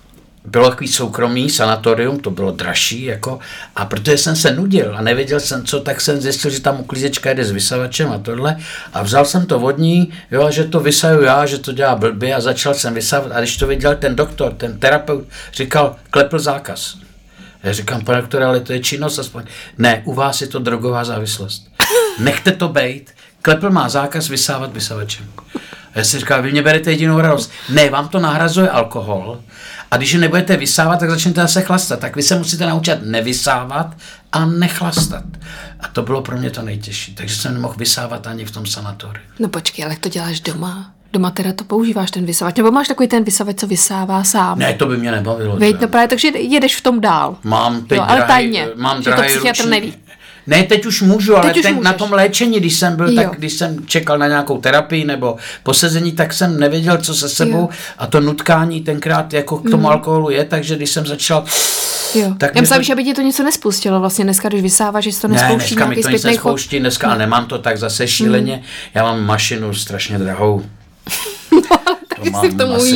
bylo takový soukromý sanatorium, to bylo dražší, jako, a protože jsem se nudil a nevěděl jsem co, tak jsem zjistil, že tam uklízečka jede s vysavačem a tohle a vzal jsem to od ní, jo, že to vysaju já, že to dělá blbě a začal jsem vysávat a když to viděl ten doktor, ten terapeut, říkal, klepl zákaz. Já říkám, pane doktore, ale to je činnost aspoň. Ne, u vás je to drogová závislost. Nechte to bejt, klepl má zákaz vysávat vysavačem. A já si říkám, vy mě berete jedinou radost. Ne, vám to nahrazuje alkohol. A když je nebudete vysávat, tak začnete zase chlastat. Tak vy se musíte naučit nevysávat a nechlastat. A to bylo pro mě to nejtěžší. Takže jsem nemohl vysávat ani v tom sanatoriu. No počkej, ale jak to děláš doma? Doma teda to používáš ten vysavač? Nebo máš takový ten vysavač, co vysává sám? Ne, to by mě nebavilo. Veď, no právě, takže jedeš v tom dál. Mám teď ale tajně, mám že to psychiatr neví. Ne, teď už můžu, ale teď už na tom léčení, když jsem byl, tak když jsem čekal na nějakou terapii nebo posezení, tak jsem nevěděl, co se sebou a to nutkání tenkrát jako k tomu alkoholu je, takže když jsem začal... Tak já myslím, že by ti to něco nespustilo vlastně dneska, když vysáváš, že to nespouští. Ne, dneska mi to nic nespouští, dneska a nemám to tak zase šíleně. Já mám mašinu strašně drahou. To mám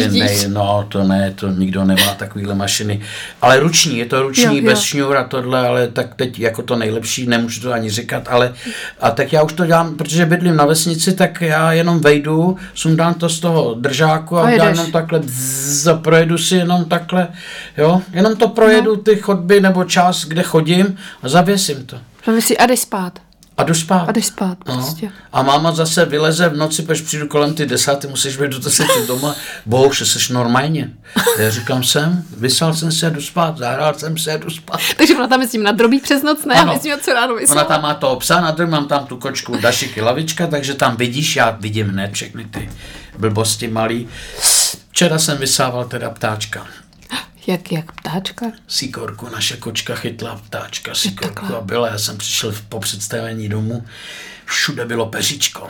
to nikdo nemá takovýhle mašiny. Ale ruční, je to ruční, bez šňůra tohle, ale tak teď jako to nejlepší, nemůžu to ani říkat, ale a tak já už to dělám, protože bydlím na vesnici, tak já jenom vejdu, sundám to z toho držáku a udělám jenom takhle a projedu si jenom takhle, jo, jenom to projedu ty chodby nebo čas, kde chodím a zavěsím to. A jdeš spát. A jdu spát. A jdeš spát, prostě. A máma zase vyleze v noci, protože přijdu kolem ty 10, musíš být do 10 doma. Bohu, že jsi normálně. Já říkám vysál jsem se a jdu spát, zahrál jsem se a jdu spát. Takže ona tam je s tím nadrobí přes noc, ne? Ano. A co ráno vyslala. Ona tam má toho psa, nadrobí, mám tam tu kočku Dašiky Lavička, takže tam vidíš, já vidím hned všechny ty blbosti malý. Včera jsem vysával teda ptáčka. Jak ptáčka? Síkorku, naše kočka chytla ptáčka, síkorku a byla. Já jsem přišel po představení domů, všude bylo peříčko.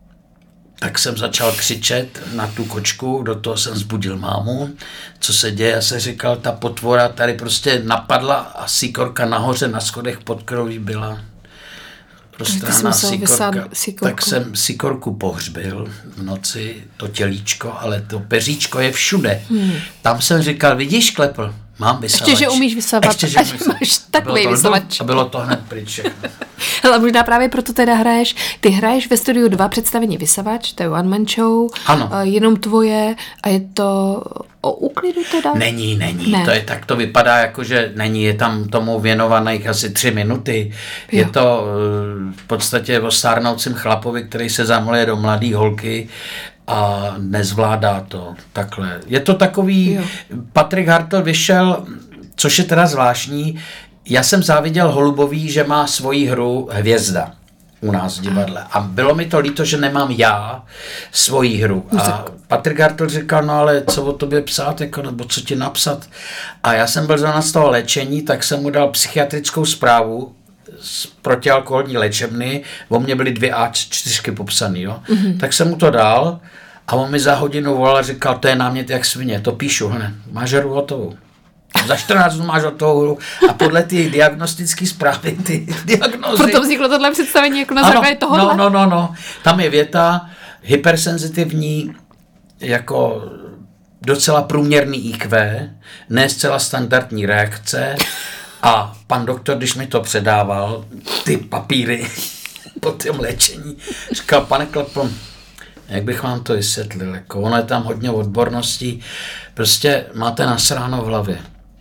Tak jsem začal křičet na tu kočku, do toho jsem vzbudil mámu, co se děje. Já jsem říkal, ta potvora tady prostě napadla a síkorka nahoře na schodech pod kroví byla roztrhaná síkorka. Tak jsem síkorku pohřbil v noci, to tělíčko, ale to peříčko je všude. Tam jsem říkal, vidíš, Klepl, mám vysavač. Ještě, že umíš vysavat. Ještě, že máš takový vysavač. A bylo to hned pryč. Ale možná právě proto teda ty hraješ ve Studiu 2 představení Vysavač, to je one man show, ano. Jenom tvoje a je to o úklidu teda? Není. Ne. To je tak, to vypadá jako, že není, je tam tomu věnovaných asi 3 minuty. Jo. Je to v podstatě o stárnoucím chlapovi, který se zamiluje do mladý holky a nezvládá to takhle. Je to takový, jo. Patrik Hartl vyšel, což je teda zvláštní, já jsem záviděl Holubový, že má svoji hru Hvězda u nás v divadle. A bylo mi to líto, že nemám já svoji hru. A Patrik Hartl říkal, no ale co o tobě psát, jako, nebo co ti napsat. A já jsem byl z toho léčení, tak jsem mu dal psychiatrickou zprávu z protialkoholní léčebny. O mně byly 2 A4 popsaný. Jo? Mm-hmm. Tak jsem mu to dal a on mi za hodinu volal a říkal, to je námět jak svině, to píšu, hned. Máš hru hotovou. Za 14 dnů máš hotovou hru a podle ty diagnostické zprávy, ty diagnózy. Proto vzniklo tohle představení jako na základě tohohle? No. Tam je věta, hypersenzitivní, jako docela průměrný IQ, ne zcela standardní reakce a pan doktor, když mi to předával, ty papíry po tom léčení, říkal, pane Klepl, jak bych vám to vysvětlil, jako ono je tam hodně odborností, prostě máte nasráno v hlavě.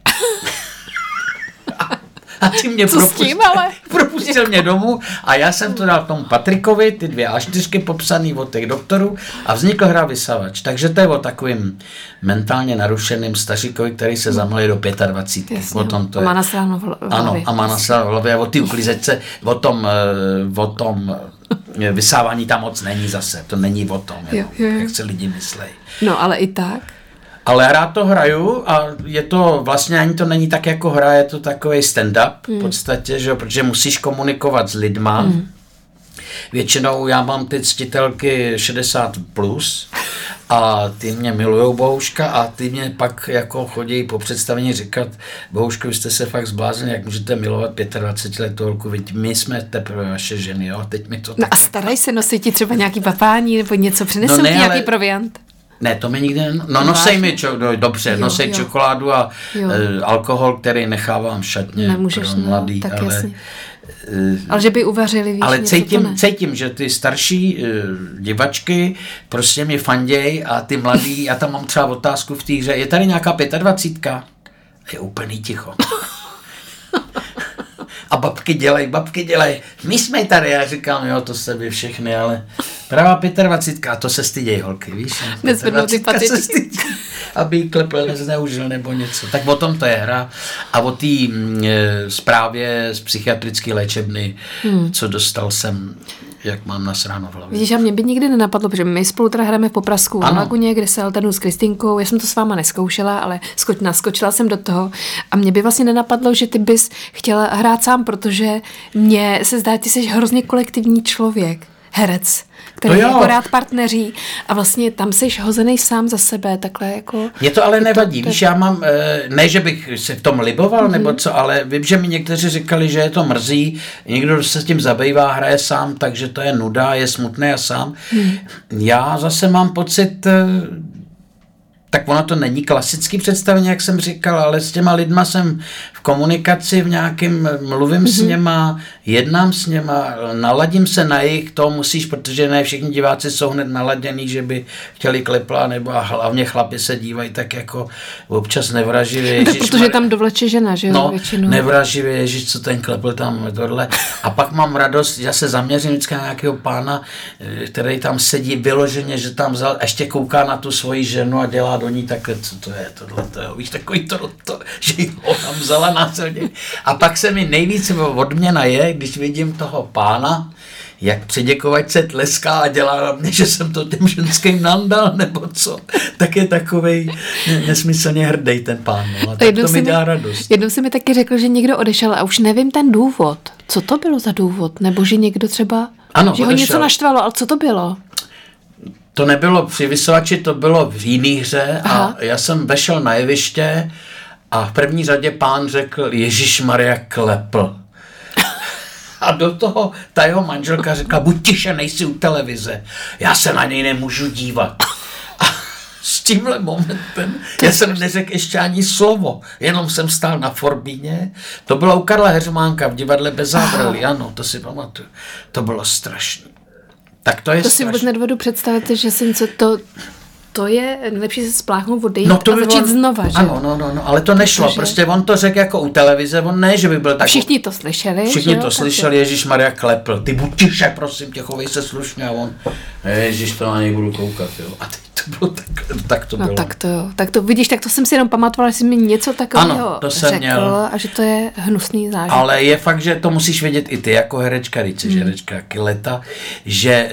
A ty mě propustil mě domů a já jsem to dal tomu Patrikovi, ty 2 A4 popsaný od těch doktorů a vznikl hra Vysavač. Takže to je o takovým mentálně narušeným staříkovi, který se zamiluje do 25. Jasně, o tom to je. A má nasráno v hlavě. Ano, a má nasráno v hlavě a o ty uklízečce, o tom vysávání tam moc není zase. To není o tom, jo. Jak se lidi myslejí. No, ale i tak. Ale rád to hraju a je to vlastně ani to není tak jako hra, je to takový stand-up v podstatě, že, protože musíš komunikovat s lidma. Většinou já mám ty ctitelky 60+ a ty mě milujou, Bohuška, a ty mě pak jako chodí po představení říkat, Bohuško, vy jste se fakt zbláznili, jak můžete milovat 25letou holku, my jsme teprve vaše ženy, jo, teď mi to... No a starají se, nosí ti třeba nějaký papání nebo něco, přinesou ti nějaký proviant? Ne, to mi nikdy nosej mi dobře, nosej čokoládu a alkohol, který nechávám v šatně. Nemůžeš, pro mladý, tak ale že by uvařili, víš, ale cítím, že ty starší divačky prostě mě fanděj a ty mladý, já tam mám třeba otázku v té hře, je tady nějaká 25? Je úplný ticho. A babky dělají, my jsme tady, já říkám, jo, to se vy všechny, ale pravá 25, a to se styděj holky, víš? Nezvednou ty patety. Aby jí Klepl nezneužil nebo něco. Tak o tom to je hra a o té zprávě z psychiatrické léčebny, co dostal jsem, jak mám nasráno v hlavě. Vidíš, a mě by nikdy nenapadlo, protože my spolu teda hrajeme v Poprazku v Laguně, kde se alternuju s Kristýnkou. Já jsem to s váma neskoušela, ale naskočila jsem do toho a mě by vlastně nenapadlo, že ty bys chtěla hrát sám, protože mně se zdá, ty jsi hrozně kolektivní člověk, herec, který jako rád partneří a vlastně tam jsi hozený sám za sebe, takhle jako... Mě to ale nevadí, víš, já mám, ne, že bych se v tom liboval, nebo co, ale vím, že mi někteří říkali, že je to mrzí, někdo se s tím zabývá, hraje sám, takže to je nuda, je smutný a sám. Já zase mám pocit, tak ono to není klasický představení, jak jsem říkal, ale s těma lidma jsem v komunikaci v nějakým, mluvím s něma, jednám s něma, naladím se na jejich, to musíš, protože ne všichni diváci jsou hned naladěný, že by chtěli Klepla, nebo a hlavně chlapi se dívají tak jako občas nevraživě. Tak protože tam dovleče žena, že jo, no, většinou. Nevraživě, ježiš, co ten Klepl tam, tohle. A pak mám radost, já se zaměřím vždycky na nějakého pána, který tam sedí vyloženě, že tam vzal, ještě kouká na tu svoji ženu a dělá do ní takhle, co to je, tohle, víš, takový to, že ho tam vzala násilně. A pak se mi nejvíc odměna je, když vidím toho pána, jak při děkovačce tleská a dělá na mě, že jsem to těm ženským nandal, nebo co. Tak je takovej nesmyslně hrdej ten pán. No. A tak to mi dá radost. Jednou si mi taky řekl, že někdo odešel a už nevím ten důvod. Co to bylo za důvod? Nebo že někdo třeba, ano, že ho něco naštvalo, ale co to bylo? To nebylo při Vysavači, to bylo v jiný hře. Aha. A já jsem vešel na jeviště a v první řadě pán řekl Ježišmarja klepl. A do toho ta jeho manželka řekla, buď tiše, nejsi u televize, já se na něj nemůžu dívat. A s tímhle momentem já jsem neřekl ještě ani slovo, jenom jsem stál na Forbíně, to bylo u Karla Heřmánka v divadle Bez zábradlí, ano, to si pamatuju, to bylo strašné. Tak to je to si vůbec nedovedu představit, že si něco to je nejlepší se spláchnout, odejít a začít znova, že? Ano, ale to nešlo, protože prostě on to řekl jako u televize, on ne, že by byl tak... Všichni to slyšeli. Všichni to slyšeli, Ježišmarja klepl, ty buď tiše, prosím tě, chovej se slušně a on, Ježiš, to na něj budu koukat, jo. A teď to bylo tak to bylo. No tak to vidíš, tak to jsem si jenom pamatovala, že jsi mi něco takového řekl měl. A že to je hnusný zážitek. Ale je fakt, že to musíš vědět i ty jako herečka, když jsi herečka Kileta, že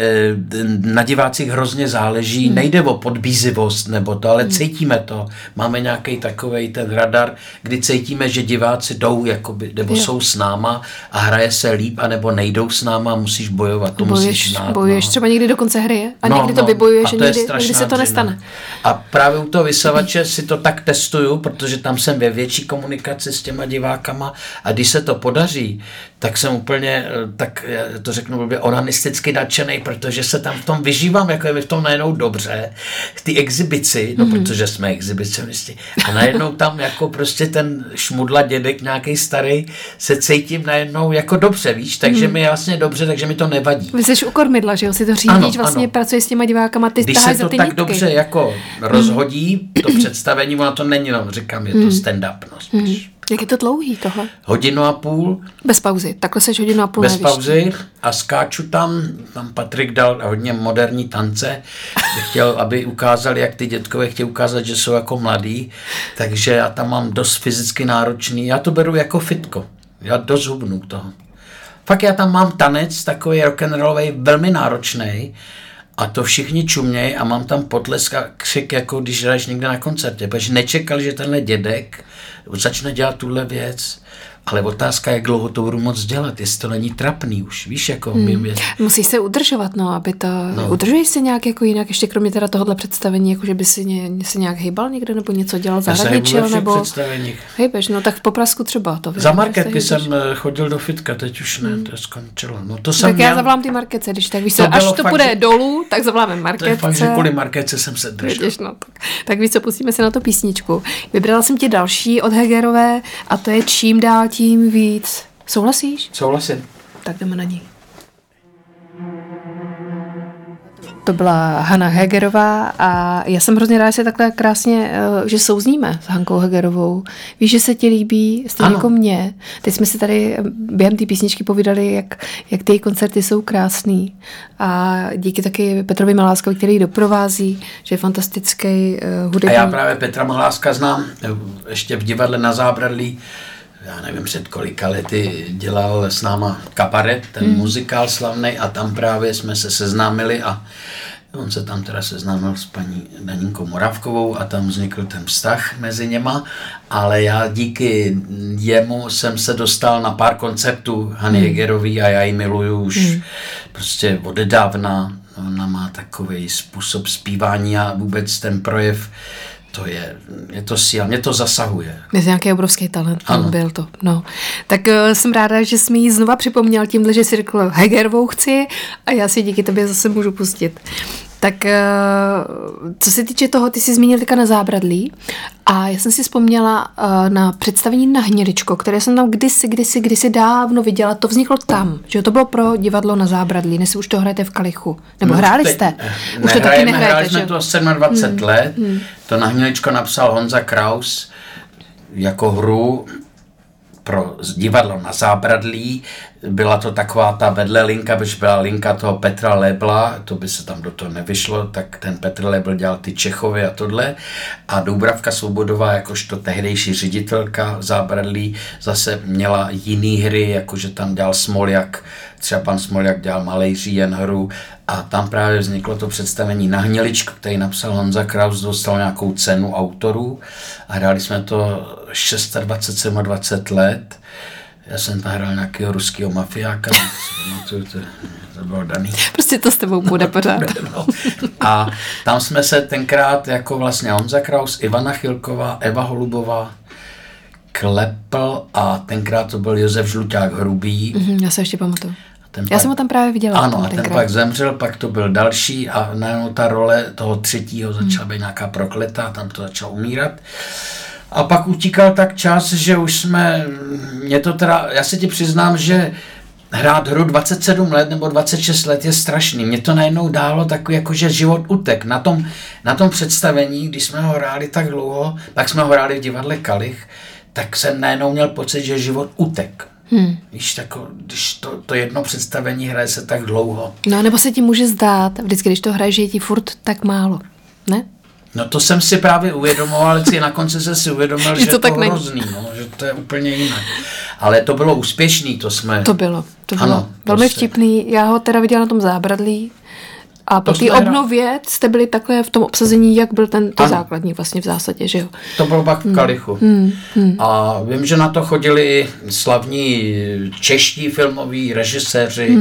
na divácích hrozně záleží, nejde o podbízivost nebo to, ale cítíme to. Máme nějaký takovej ten radar, kdy cítíme, že diváci jdou jakoby, nebo jsou s náma a hraje se líp, anebo nejdou s náma a musíš bojovat. To musíš znát. Bojuješ třeba někdy do konce hry a někdy to vybojuješ a někdy se to nestane. A právě u toho Vysavače si to tak testuju, protože tam jsem ve větší komunikaci s těma divákama a když se to podaří, tak jsem úplně, tak já to řeknu blbě, onanisticky nadšenej, protože se tam v tom vyžívám, jako je mi v tom najednou dobře, v té exibici, no protože jsme exhibicionisti, a najednou tam jako prostě ten šmudla dědek nějaký starý se cítím najednou jako dobře, víš, takže mi vlastně dobře, takže mi to nevadí. Vy jsi u kormidla, že jo, si to řídíš, vlastně pracuješ s těma divákama, ty když se to za ty tak nitky. Dobře jako rozhodí, to představení, ono to není, no, říkám, je to stand-up, no, spíš. Jak je to dlouhý tohle? 1.5 hodiny. Bez pauzy, takhle seš 1.5 hodiny. Bez pauzy a skáču tam Patrik dal hodně moderní tance, chtěl, aby ukázali, jak ty dětkové chtějí ukázat, že jsou jako mladí, takže já tam mám dost fyzicky náročný, já to beru jako fitko, já dost hubnu toho. Fakt já tam mám tanec, takový rock'n'rollový, velmi náročný, a to všichni čumějí a mám tam potlesk a křik, jako když hraješ někde na koncertě, protože nečekal, že tenhle dědek začne dělat tuhle věc. Ale otázka, jak dlouho to budu moc dělat, jestli to není trapný už, víš, jako Musíš se udržovat, no, aby to... Udržuješ se nějak jako jinak, ještě kromě teda tohohle představení, jako že by si nějak hejbal někde, nebo něco dělal, zahradničil, nebo... Hejbeš, no tak v Poplasku třeba to. Za marketky jsem chodil do fitka, teď už ne, to skončilo. No, to tak já zavolám ty marketce, když tak víš, až to půjde dolů, tak zavoláme marketce. To je fakt, že kvůli marketce jsem se držel. Vidíš, no, tak víš co, pustíme si na to písničku. Vybrala jsem ti další od Hegerové a to je Čím dál tím víc. Souhlasíš? Souhlasím. Tak jdeme na ní. To byla Hana Hegerová a já jsem hrozně ráda, že se takhle krásně, že souzníme s Hankou Hegerovou. Víš, že se ti líbí, stejně jako mě. Teď jsme si tady během té písničky povídali, jak ty koncerty jsou krásný. A díky taky Petrovi Maláskovi, který ji doprovází, že je fantastický hudební. A já právě Petra Maláska znám ještě v divadle Na zábradlí. Já nevím, před kolika lety dělal s náma Kabaret, ten muzikál slavnej, a tam právě jsme se seznámili a on se tam teda seznámil s paní Daninkou Moravkovou a tam vznikl ten vztah mezi něma, ale já díky jemu jsem se dostal na pár koncertů Hany Hegerový a já ji miluju už prostě odedávna. Ona má takový způsob zpívání a vůbec ten projev, to je to síla, mě to zasahuje. Je to nějaký obrovský talent, byl to. No. Tak jsem ráda, že jsi mi ji znova připomněl tímhle, že jsi řekl Hegerovou chci a já si díky tobě zase můžu pustit. Tak co se týče toho, ty jsi zmínil teďka Na zábradlí a já jsem si vzpomněla na představení Na Hněličko, které jsem tam kdysi dávno viděla, to vzniklo tam, že to bylo pro divadlo Na zábradlí, než už to hrajete v Kalichu, nebo hráli jste? Už to taky nehrajete, hráli jsme to 27 let, to Na Hněličko napsal Honza Kraus jako hru pro divadlo Na zábradlí. byla to taková ta vedle linka, protože byla linka toho Petra Lebla, to by se tam do toho nevyšlo, tak ten Petr Lebl dělal ty Čechovy a tohle. A Dubravka Svobodová, jakožto tehdejší ředitelka v Zábradlí, zase měla jiný hry, jakože tam dělal Smoljak, třeba pan Smoljak dělal Malej říjen hru a tam právě vzniklo to představení Na hněličku, který napsal Honza Kraus, dostal nějakou cenu autorů a hráli jsme to 26-27 let. Já jsem tam hrál nějakého ruského mafiáka, to bylo daný. Prostě to s tebou bude pořád. No. A tam jsme se tenkrát jako vlastně Honza Kraus, Ivana Chilková, Eva Holubová, Klepl a tenkrát to byl Josef Žluťák Hrubý. Já se ještě pamatuju. Já jsem ho tam právě viděla. Ano, a ten pak zemřel, pak to byl další a najednou ta role toho třetího začala být nějaká prokletá, tam to začalo umírat. A pak utíkal tak čas, že už jsme, já se ti přiznám, že hrát hru 27 let nebo 26 let je strašný. Mě to najednou dálo takový, jako že život utek. Na tom představení, když jsme ho hráli tak dlouho, pak jsme ho hráli v divadle Kalich, tak jsem najednou měl pocit, že život utek. Víš, když to jedno představení hraje se tak dlouho. No, nebo se ti může zdát, vždycky, když to hraješ, že je ti furt tak málo, ne? No to jsem si právě uvědomoval, ale na konci jsem si uvědomil, že to tak je to hrozný, no, že to je úplně jinak. Ale to bylo úspěšný, To bylo ano, velmi vtipný. Já ho teda viděla na tom Zábradlí a po té obnově jste byli takhle v tom obsazení, jak byl to základní vlastně v zásadě, že jo? To bylo pak v Kalichu. A vím, že na to chodili i slavní čeští filmoví režiséři,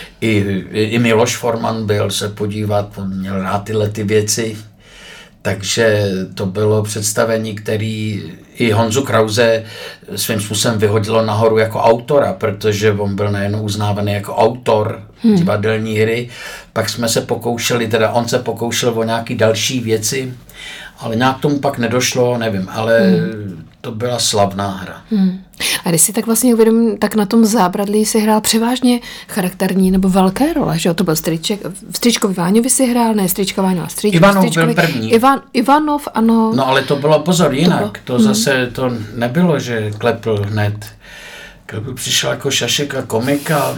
i Miloš Forman byl se podívat, on měl rád tyhle ty věci. Takže to bylo představení, který i Honzu Krause svým způsobem vyhodilo nahoru jako autora, protože on byl nejen uznávaný jako autor divadelní hry. Pak jsme se pokoušeli, on se pokoušel o nějaký další věci, ale nějak tomu pak nedošlo, nevím, ale to byla slavná hra. A když si tak vlastně uvědomím, tak na tom Zábradlí si hrál převážně charakterní nebo velké role, že jo? To byl Strýček, v Strýčkovi Váňovi si hrál, ne Strýčka Váňova, Ivanov byl první. Ivanov, ano. No ale to bylo, pozor, jinak. To zase to nebylo, že Klepl hned. Klepl přišel jako šašek a komik a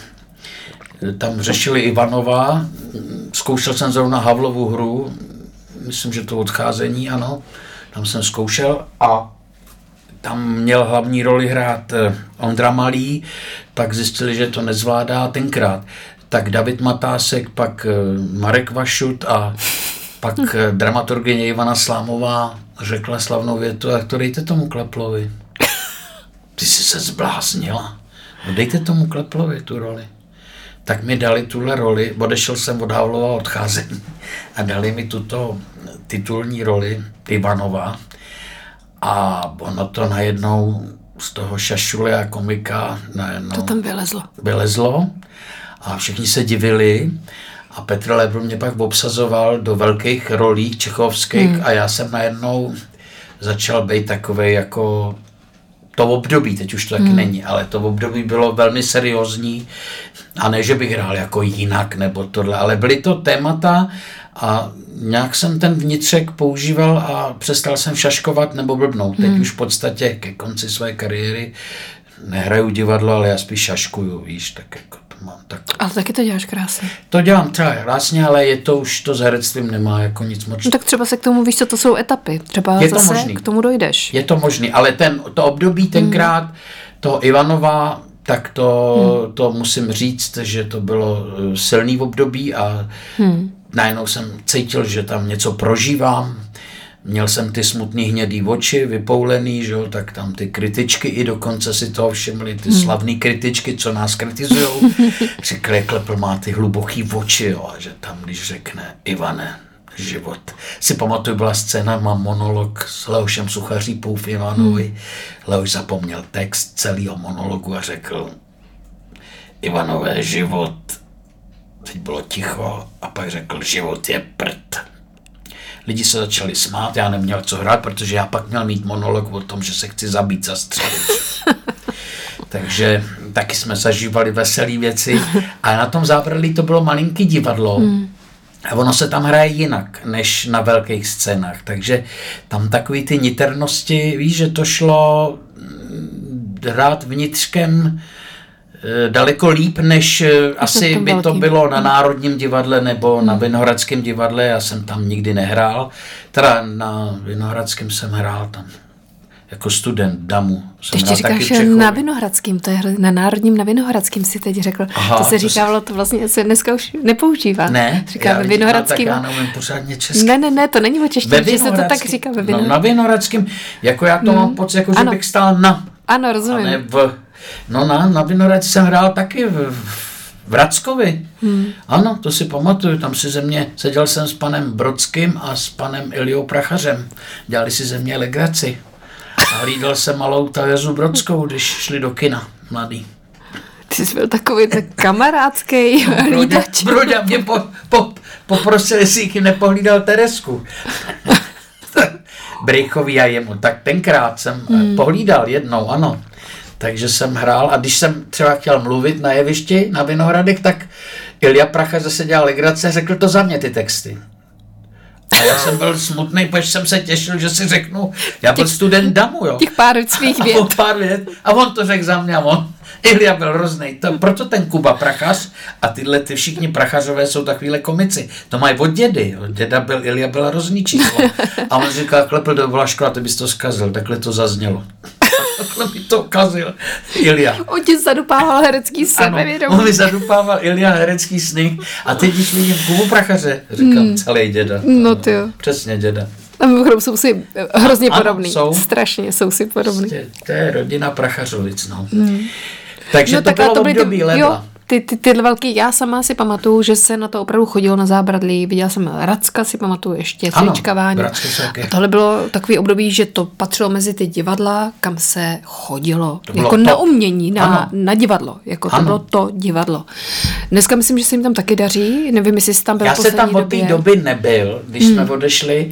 tam řešili Ivanova, zkoušel jsem zrovna Havlovu hru, myslím, že to Odcházení, ano, tam jsem zkoušel a tam měl hlavní roli hrát Ondra Malý, pak zjistili, že to nezvládá tenkrát. Tak David Matásek, pak Marek Vašut a pak dramaturgyně Ivana Slámová řekla slavnou větu, a to dejte tomu Kleplovi. Ty jsi se zbláznila. No dejte tomu Kleplovi tu roli. Tak mi dali tuhle roli, odešel jsem od Havlova Odcházení a dali mi tuto titulní roli Ivanova. A ono to najednou z toho šašule a komika najednou... To tam vylezlo a všichni se divili a Petr Lebl mě pak obsazoval do velkých rolí čechovských a já jsem najednou začal být takovej jako... To období, teď už to taky není, ale to období bylo velmi seriózní a ne, že bych hrál jako jinak nebo tohle, ale byly to témata a nějak jsem ten vnitřek používal a přestal jsem šaškovat nebo blbnout. Teď už v podstatě ke konci své kariéry nehraju divadlo, ale já spíš šaškuju, víš, tak jako to mám tak. Ale taky to děláš krásně. To dělám třeba krásně, ale je to už to s herectvím nemá jako nic moc. No tak třeba se k tomu, víš co, to jsou etapy. Třeba je zase k tomu dojdeš. Je to možný, ale to období tenkrát toho Ivanova, tak to musím říct, že to bylo silný období a najednou jsem cítil, že tam něco prožívám. Měl jsem ty smutný hnědý oči, vypoulený, že jo, tak tam ty kritičky i dokonce si toho všimli, ty slavný kritičky, co nás kritizujou. Řekli, Klepl má ty hluboký oči, jo, a že tam, když řekne Ivane, život. Si pamatuju, byla scéna, mám monolog s Leošem Suchařípou v Ivanovi. Leoš zapomněl text celého monologu a řekl, Ivanové, život. Teď bylo ticho a pak řekl, život je prd. Lidi se začali smát, já neměl co hrát, protože já pak měl mít monolog o tom, že se chci zabít za střelu. Takže taky jsme zažívali veselé věci a na tom Zábradlí to bylo malinký divadlo a ono se tam hraje jinak, než na velkých scénách, takže tam takový ty niternosti, víš, že to šlo hrát vnitřkem daleko líp, než asi by to bylo na Národním divadle nebo na Vinohradském divadle. Já jsem tam nikdy nehrál. Teda na Vinohradském jsem hrál tam jako student damu. Když ti říkáš na Vinohradském, to je na Národním na Vinohradském si teď řekl. Aha, to se říkávalo, to vlastně se dneska už nepoužívá. Ne, říká ve Vinohradském. Já neumím pořádně česky. Ne, to není o češtině, že se to tak říká ve Vinohradském. No, na Vinohradském, jako já to mám pocit, jako že bych stál na. Ano, rozumím. A ne na Vinohradském jsem hrál taky v Rackovi. Ano, to si pamatuju, tam si ze mě, seděl jsem s panem Brodským a s panem Iliou Prachařem. Dělali si ze mě legraci. A hlídal jsem malou Terezu Brodskou, když šli do kina, mladý. Ty jsi byl takový tak kamarádský hlídač. Broďa mě poprosil, jestli jich nepohlídal Teresku. Brejchový a jemu. Tak tenkrát jsem pohlídal jednou, ano. Takže jsem hrál a když jsem třeba chtěl mluvit na jevišti, na Vinohradech, tak Ilja Prachař zase dělal legrace a řekl to za mě ty texty. A já jsem byl smutný, protože jsem se těšil, že si řeknu, já byl student damu, jo. Těch pár svých vět. A on to řekl za mě a Ilja byl hrozný. Proto ten Kuba Prachař a tyhle ty všichni Prachařové jsou takovýhle komici. To mají od dědy. Ilja byl hrozný číslo. A on říkal, klepl do Vlaško a ty bys to zkazil. Takhle to zaznělo. Takhle by to kazil Ilja. On ti zadupával herecký sebevědomí. Ano, on mi zadupával Ilja herecký sny. A teď, když vidím Kubu Prachaře, říkám, celý děda. No ty jo. Přesně děda. A mimochodem jsou si hrozně podobný. Jsou. Strašně jsou si podobný. Prostě, to je rodina Prachařovic, no. Takže to bylo období ledla. Tyhle velký, já sama si pamatuju, že se na to opravdu chodilo na zábradlí, viděla jsem Racka, si pamatuju ještě, Cvičkávání. A tohle bylo takový období, že to patřilo mezi ty divadla, kam se chodilo, jako na umění, na divadlo, jako to bylo to divadlo. Dneska myslím, že se jim tam taky daří, nevím, jestli jsi tam byl v poslední době. Já se tam od té doby nebyl, když jsme odešli,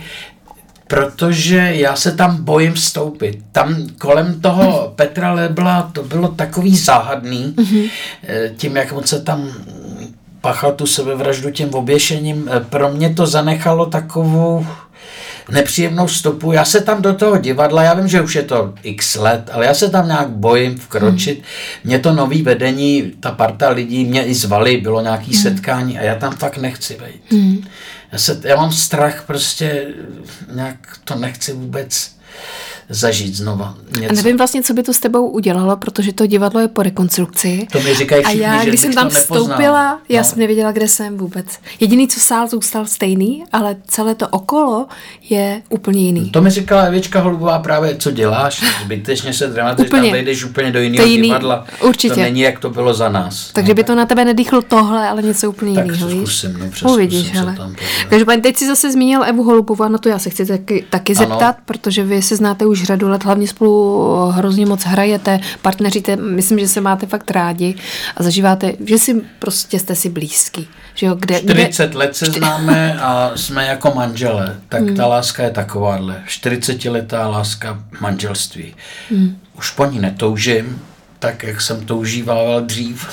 protože já se tam bojím vstoupit. Tam kolem toho Petra Lebla to bylo takový záhadný, tím, jak moc se tam páchal tu sebevraždu tím oběšením. Pro mě to zanechalo takovou nepříjemnou stopu. Já se tam do toho divadla, já vím, že už je to x let, ale já se tam nějak bojím vkročit. Mě to nový vedení, ta parta lidí mě i zvali, bylo nějaký setkání a já tam fakt nechci být. Já mám strach, prostě nějak to nechci vůbec zažít znova. Něco. A nevím vlastně, co by to s tebou udělalo, protože to divadlo je po rekonstrukci. To mi říkají všichni, a já, že když jsem tam vstoupila, já jsem nevěděla, kde jsem vůbec. Jediný, co sál zůstal stejný, ale celé to okolo je úplně jiný. To mi říkala Evička Holubová právě, co děláš, zbytečně se dramatizuješ, tam vejdeš úplně do jiného divadla. Určitě. To není, jak to bylo za nás. Takže by to na tebe nedýchlo tohle, ale něco úplně jiného. Tak zkusím, uvidíš, hele. Takže teď si zase zmínil Evu Holubovou, na to já se chci taky zeptat, protože vy se znáte už řadu let, hlavně spolu hrozně moc hrajete, partneříte, myslím, že se máte fakt rádi a zažíváte, že si prostě jste si blízký. Že jo, 40 let se známe a jsme jako manželé, tak ta láska je takováhle. 40letá láska manželství. Už po ní netoužím, tak jak jsem toužíval dřív.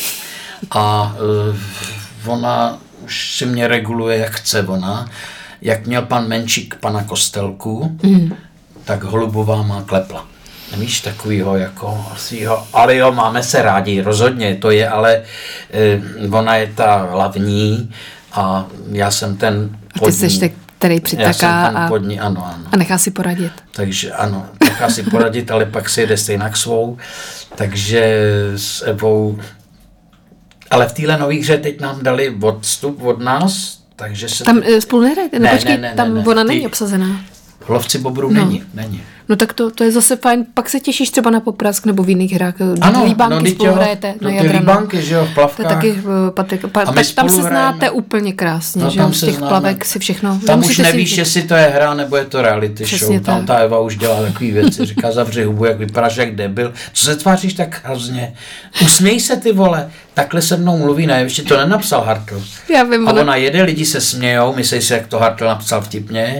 A ona už si mě reguluje, jak chce ona. Jak měl pan Menšík pana Kostelku, tak Holubová má Klepla. Nevíš, takovýho jako svýho, ale jo, máme se rádi, rozhodně, to je, ale ona je ta hlavní a já jsem ten podní. A ty jsi který přitaká a nechá si poradit. Takže ano, nechá si poradit, ale pak si jede stejnak svou, takže s Evou, ale v téhle nový hře teď nám dali odstup od nás, takže se... Tam spolu nehrajete? Ne, tam ona není obsazená. V Lovci bobrů není. No tak to je zase fajn, pak se těšíš třeba na Poprask nebo v jiných hrách. Ano, Líbánky spolu hrajete na Jadranu. Ty Líbánky, že jo, v Plavkách. To je taky, tam se znáte úplně krásně, že jo, z těch plavek si všechno. Tam už nevíš, jestli to je hra, nebo je to reality show. Tam ta Eva už dělá takový věci, říká zavři hubu, jak vypadáš jak debil. Co se tváříš tak hrozně? Usměj se, ty vole. Takhle se mnou mluví, ne, ještě to nenapsal Hartl. Já vím, a ona jede, lidi se smějou, myslí si, jak to Hartl napsal vtipně.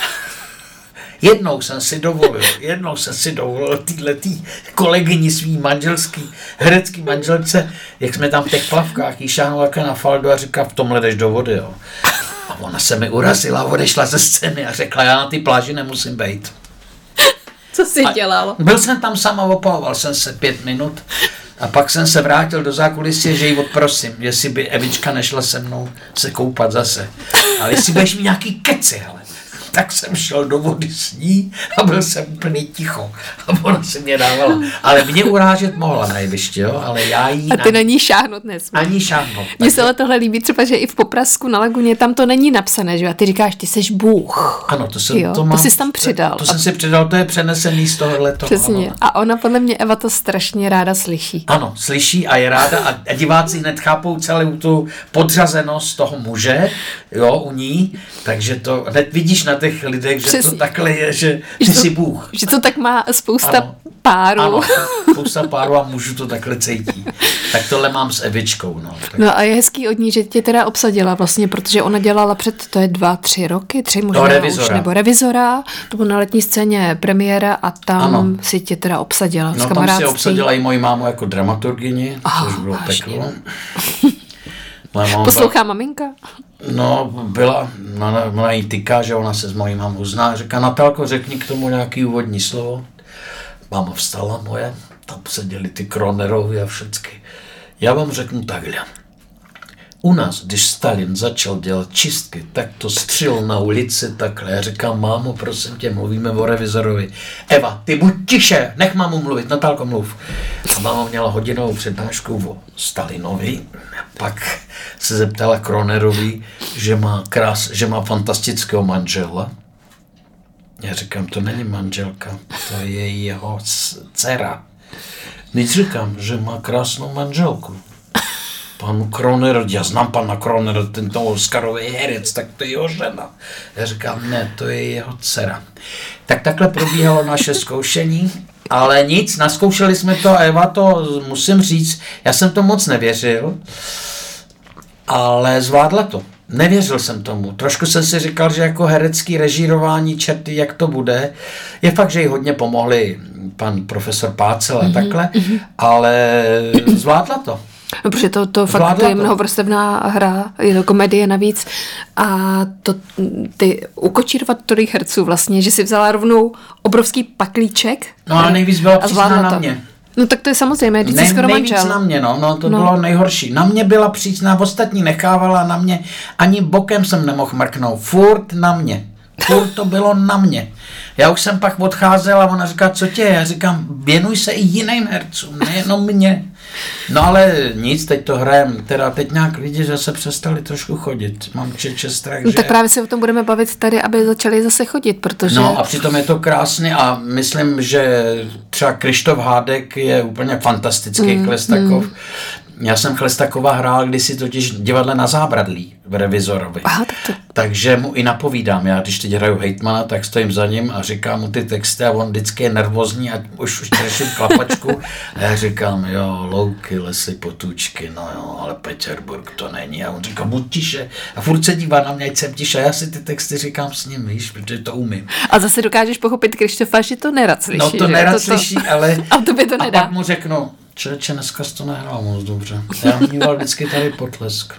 Jednou jsem si dovolil týhletý kolegyni svý manželský, herecký manželce, jak jsme tam v těch plavkách, jí šáhnul jako na faldu a říká, v tomhle jdeš do vody, jo. A ona se mi urazila, odešla ze scény a řekla, já na té pláži nemusím být. Co jsi dělal? Byl jsem tam sama, opavoval jsem se 5 minut A pak jsem se vrátil do zákulisí, že ji odprosím, jestli by Evička nešla se mnou se koupat zase. Ale jestli budeš mít nějaký keci, hele. Tak jsem šel do vody s ní a byl jsem úplně ticho. A ona se mě dávala. Ale mě urážet mohla na jevišti, jo, ale já jí... A ty na ní šáhnout nesmí. Ani šáhnout. Mně se ale tohle líbí třeba, že i v Poprasku na Laguně tam to není napsané, že? A ty říkáš, ty seš Bůh. Ano, to jsi tam přidal. To jsem si přidal, to je přenesený z tohohletoho. Přesně. Ano. A ona podle mě, Eva, to strašně ráda slyší. Ano, slyší a je ráda a diváci hned chápou celou tu podřazenost toho muže, jo, u ní, takže to hned vidíš na těch lidech, že přesně. To takhle je, že ty jsi Bůh. Že to tak má spousta párů. Ano, spousta párů a mužů to takhle cítí. Tak tohle mám s Evičkou. No, tak. No a je hezký od ní, že tě teda obsadila vlastně, protože ona dělala to je 2-3 roky, 3 možná už, nebo revizora, to bylo na letní scéně premiéra a tam ano. Si tě teda obsadila s kamarádství. Tam si obsadila i moji mámu jako dramaturgyni, což bylo peklo. Poslouchá maminka? No, ona jí tyká, že ona se s mojí mámou zná. Říká, Natálko, řekni k tomu nějaký úvodní slovo. Máma vstala moje, tam seděli ty Kronerovi a všecky. Já vám řeknu takhle. U nás, když Stalin začal dělat čistky, tak to střel na ulici takhle. Já říkám, mámo, prosím tě, mluvíme o revizorovi. Eva, ty buď tiše, nech mámu mluvit, Natálko, mluv. A máma měla hodinovou přednášku o Stalinovi, pak se zeptala Kronerovi, že má fantastického manžela. Já říkám, to není manželka, to je jeho dcera. Nic říkám, že má krásnou manželku. Panu Kroner, já znám pana Kronera, tento Oscarový herec, tak to je jeho žena. Já říkám, ne, to je jeho dcera. Tak takhle probíhalo naše zkoušení, ale nic, naskoušeli jsme to a Eva to, musím říct, já jsem to moc nevěřil, ale zvládla to. Nevěřil jsem tomu. Trošku jsem si říkal, že jako herecký režírování čerty, jak to bude. Je fakt, že jí hodně pomohli pan profesor Pácel a takhle, ale zvládla to. No, protože to fakt je mnohovrstevná hra, je to komedie navíc a ty ukočírovat tolik herců vlastně, že si vzala rovnou obrovský paklíček. No a nejvíc byla přísná na mě. No tak to je samozřejmě, když jsi skoro manžel. Nejvíc na mě, to bylo nejhorší. Na mě byla přísná, ostatní nechávala na mě, ani bokem jsem nemohl mrknout, furt na mě. Furt to bylo na mě. Já už jsem pak odcházel a ona říká, co tě? Já říkám, věnuj se i jiným hercům, nejenom mě. No ale nic, teď to hrajem, teda teď nějak lidi zase přestali trošku chodit. Mám strach, že... Tak právě se o tom budeme bavit tady, aby začali zase chodit, protože... No a přitom je to krásný a myslím, že třeba Krištof Hádek je úplně fantastický Chlestakov. Já jsem Chlestakova hrál kdysi totiž divadle Na zábradlí v Revizorovi. Aha, takže mu i napovídám. Já když teď hraju hejtmana, tak stojím za ním a říkám mu ty texty a on vždycky je nervózní a už držím klapačku. A já říkám, jo, louky, lesy, potůčky, no jo, ale Petěrburg to není. A on říká, buď tiše. A furt se dívá na mě, ať jsem tiše. A já si ty texty říkám s ním, víš, protože to umím. A zase dokážeš pochopit Krištofa, že to nerad slyší. No to nerad slyší, ale... A to by to nedá. A pak mu řeknu, člověče, dneska jsi to nehrál moc dobře. Já mýval vždycky tady potlesk.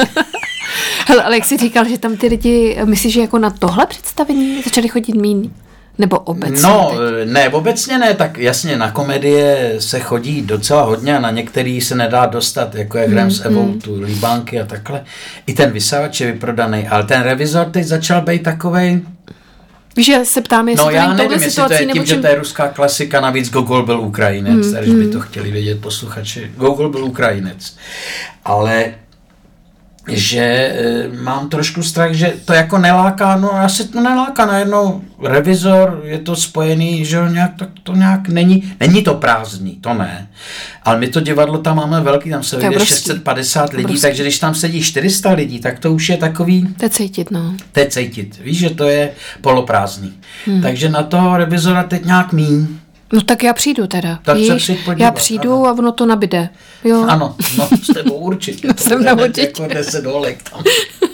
Hele, ale jak jsi říkal, že tam ty lidi, myslíš, že jako na tohle představení začali chodit míň? Nebo obecně? No, ne, obecně ne, tak jasně, na komedie se chodí docela hodně a na některý se nedá dostat, jako jak hrám s Evou, tu Líbánky a takhle. I ten Vysavač je vyprodaný, ale ten Revizor teď začal být takovej... Víš, já se ptám, jestli no, to já nevím, jestli to je tím, že to je ruská klasika, navíc Gogol byl Ukrajinec, takže by to chtěli vědět posluchači. Gogol byl Ukrajinec, ale že mám trošku strach, že to jako neláká, no asi to neláká najednou. Revizor, je to spojený, že nějak, to nějak není to prázdný, to ne. Ale my to divadlo tam máme velký, tam se vejde 650 lidí, takže když tam sedí 400 lidí, tak to už je takový... Teď cítit, no. Teď cítit, víš, že to je poloprázdný. Takže na toho Revizora teď nějak míň. No tak já přijdu teda. Tak víš, se podívat, já přijdu ano. A ono to nabide. Jo. Ano, no s tebou určitě. Jsem na určitě. Jako 10 holek tam.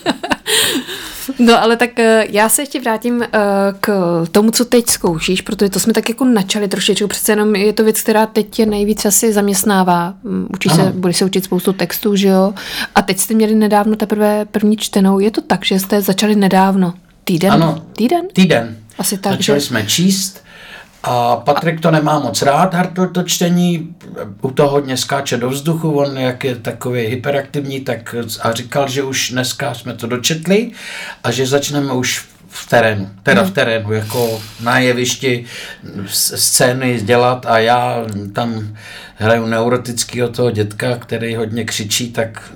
No ale tak já se ještě vrátím k tomu, co teď zkoušíš, protože to jsme tak jako načali trošičku, přece jenom je to věc, která teď tě nejvíc asi zaměstnává. Budeš se učit spoustu textů, že jo? A teď jste měli nedávno teprve první čtenou. Je to tak, že jste začali nedávno? Týden? Ano. Týden? Týden. Asi tak, začali jsme číst A Patrik to nemá moc rád, Hartl, to čtení, u toho hodně skáče do vzduchu, on jak je takový hyperaktivní, tak a říkal, že už dneska jsme to dočetli a že začneme už v terénu, v terénu, jako na jevišti scény dělat a já tam hraju neurotického toho dětka, který hodně křičí, tak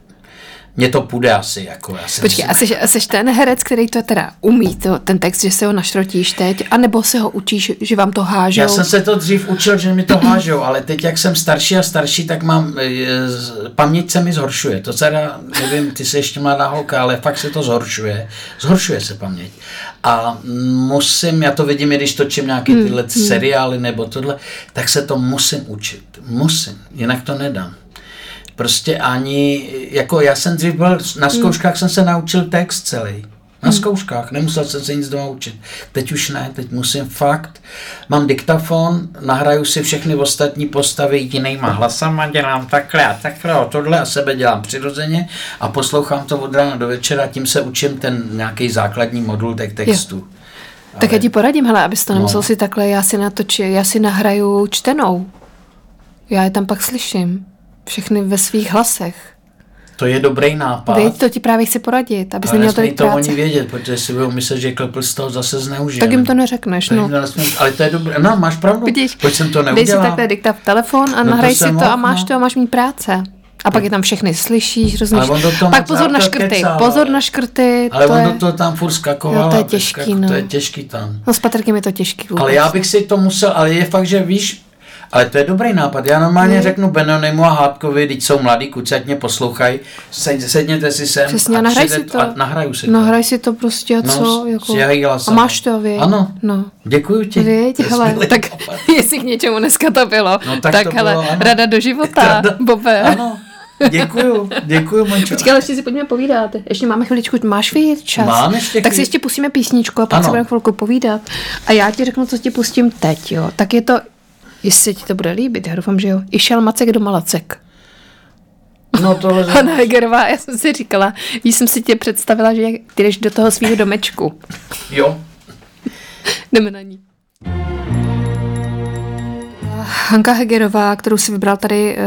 mně to půjde asi. Jako já Počkej, a jsi ten herec, který to teda umí, ten text, že se ho našrotíš teď, anebo se ho učíš, že vám to hážou? Já jsem se to dřív učil, že mi to hážou, ale teď, jak jsem starší a starší, tak mám, paměť se mi zhoršuje. To teda, nevím, ty jsi ještě mladá holka, ale fakt se to zhoršuje. Zhoršuje se paměť. A musím, já to vidím, když točím nějaký tyhle seriály nebo tohle, tak se to musím učit. Musím, jinak to nedám. Prostě ani, jako já jsem dřív byl, na zkouškách jsem se naučil text celý. Na zkouškách, nemusel jsem se nic doma učit. Teď už ne, teď musím fakt. Mám diktafon, nahraju si všechny ostatní postavy jinýma hlasama, dělám takhle a tohle a sebe dělám přirozeně a poslouchám to od rána do večera, tím se učím ten nějaký základní modul těch textů. Tak já ti poradím, hele, abys to nemusel si takhle, já si nahraju čtenou. Já je tam pak slyším. Všechny ve svých hlasech. To je dobrý nápad. Víš, to ti právě chci poradit, abys neměl tolik práce. Ale nesmí to oni vědět, protože si budou myslet, že Klepl z toho zase zneužije. Tak jim to neřekneš, no. Ale to je dobré, no máš pravdu, vidíš, proč jsem to neudělal. Dej si takhle diktat telefon a nahraj si to a máš mít práce. A pak je tam všechny slyšíš, rozumíš? Pak pozor na škrty. Ale on do toho tam furt skakoval. To je těžký, no. To je těžký tam. No s Patrikem je to těžký vůbec. Ale já bych si to musel, ale je fakt, že víš, ale to je dobrý nápad. Já normálně řeknu Benonimu a Hádkovi, když jsou mladí kluci, ať mě poslouchají, sedněte si sem. Přesně, a nahraj si to. A nahraju si to. Nahraj si to prostě a co? Jako... A máš to, víš? Ano, no. Děkuju ti. Víď, hele, tak jestli k něčemu dneska to bylo, no, tak hele, bylo, rada do života, Bobe. Ano. Děkuju, Mončo. Počkej, ale ještě si pojďme povídat. Ještě máme chviličku, máš vyjít čas. Mám ještě tak si ještě pustíme písničku a pak si budeme chvilku povídat. A já ti řeknu, co ti pustím teď, jo. Tak je to, jestli ti to bude líbit, já doufám, že jo. Išel Macek do Malacek. No tohle... Hanna Hegerová, já jsem si říkala, když jsem si tě představila, že ty jdeš do toho svého domečku. Jo. Jdeme na ní. Hanka Hegerová, kterou si vybral tady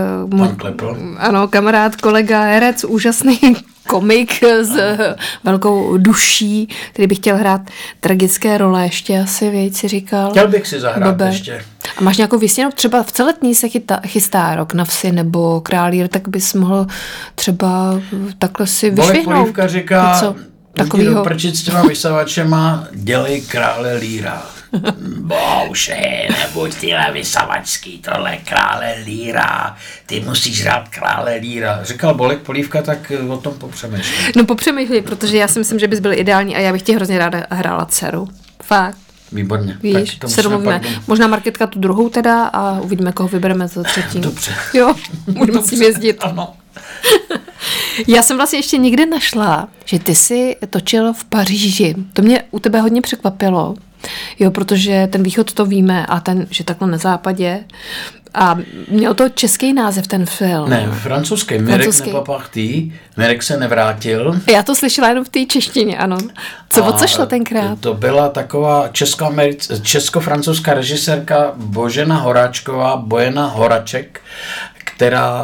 ano, kamarád, kolega, herec, úžasný komik s velkou duší, který by chtěl hrát tragické role ještě asi, víc si říkal. Chtěl bych si zahrát ještě. A máš nějakou vysněnou, třeba v Celetní se chystá Rok na vsi nebo Král Lír, tak bys mohl třeba takhle si vyšvihnout. Bolek Polívka říká, jdi do prčic s těma vysavačema, dělej Krále Líra. Bože, nebuď tyhle vysavačský, tohle Krále Líra, ty musíš hrát Krále Líra. Říkal Bolek Polívka, tak o tom popřemýšlej. No popřemýšlej, protože já si myslím, že bys byl ideální a já bych ti hrozně ráda hrála dceru. Fakt. Výborně. Víš, se domluvíme. Možná Marketka tu druhou teda a uvidíme, koho vybereme za třetí. Dobře. Jo, můžeme s tím jezdit. Ano. Já jsem vlastně ještě někde našla, že ty jsi točil v Paříži. To mě u tebe hodně překvapilo. Jo, protože ten východ to víme a ten, že takhle na západě. A měl to český název ten film. Ne, francouzský. Mirek nepapachtý. Mirek se nevrátil. Já to slyšela jenom v té češtině, ano. O co šlo tenkrát? To byla taková česko-francouzská režisérka Božena Horáčková, Bojena Horaček, která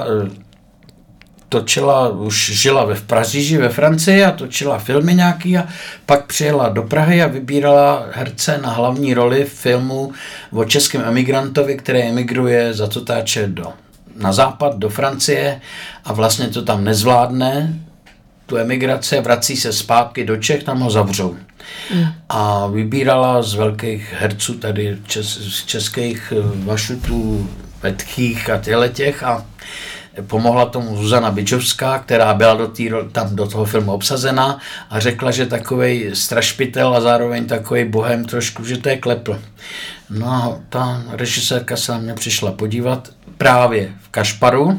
točila, už žila v Paříži ve Francii a točila filmy nějaký a pak přijela do Prahy a vybírala herce na hlavní roli v filmu o českém emigrantovi, který emigruje za totáče na západ, do Francie a vlastně to tam nezvládne, tu emigraci, vrací se zpátky do Čech, tam ho zavřou. A vybírala z velkých herců tady z českých Vašutů, Vetchých a těch a pomohla tomu Zuzana Bičovská, která byla tam do toho filmu obsazena a řekla, že takovej strašpitel a zároveň takovej bohem trošku, že to je Klepl. No a ta režisérka se na mě přišla podívat právě v Kašparu,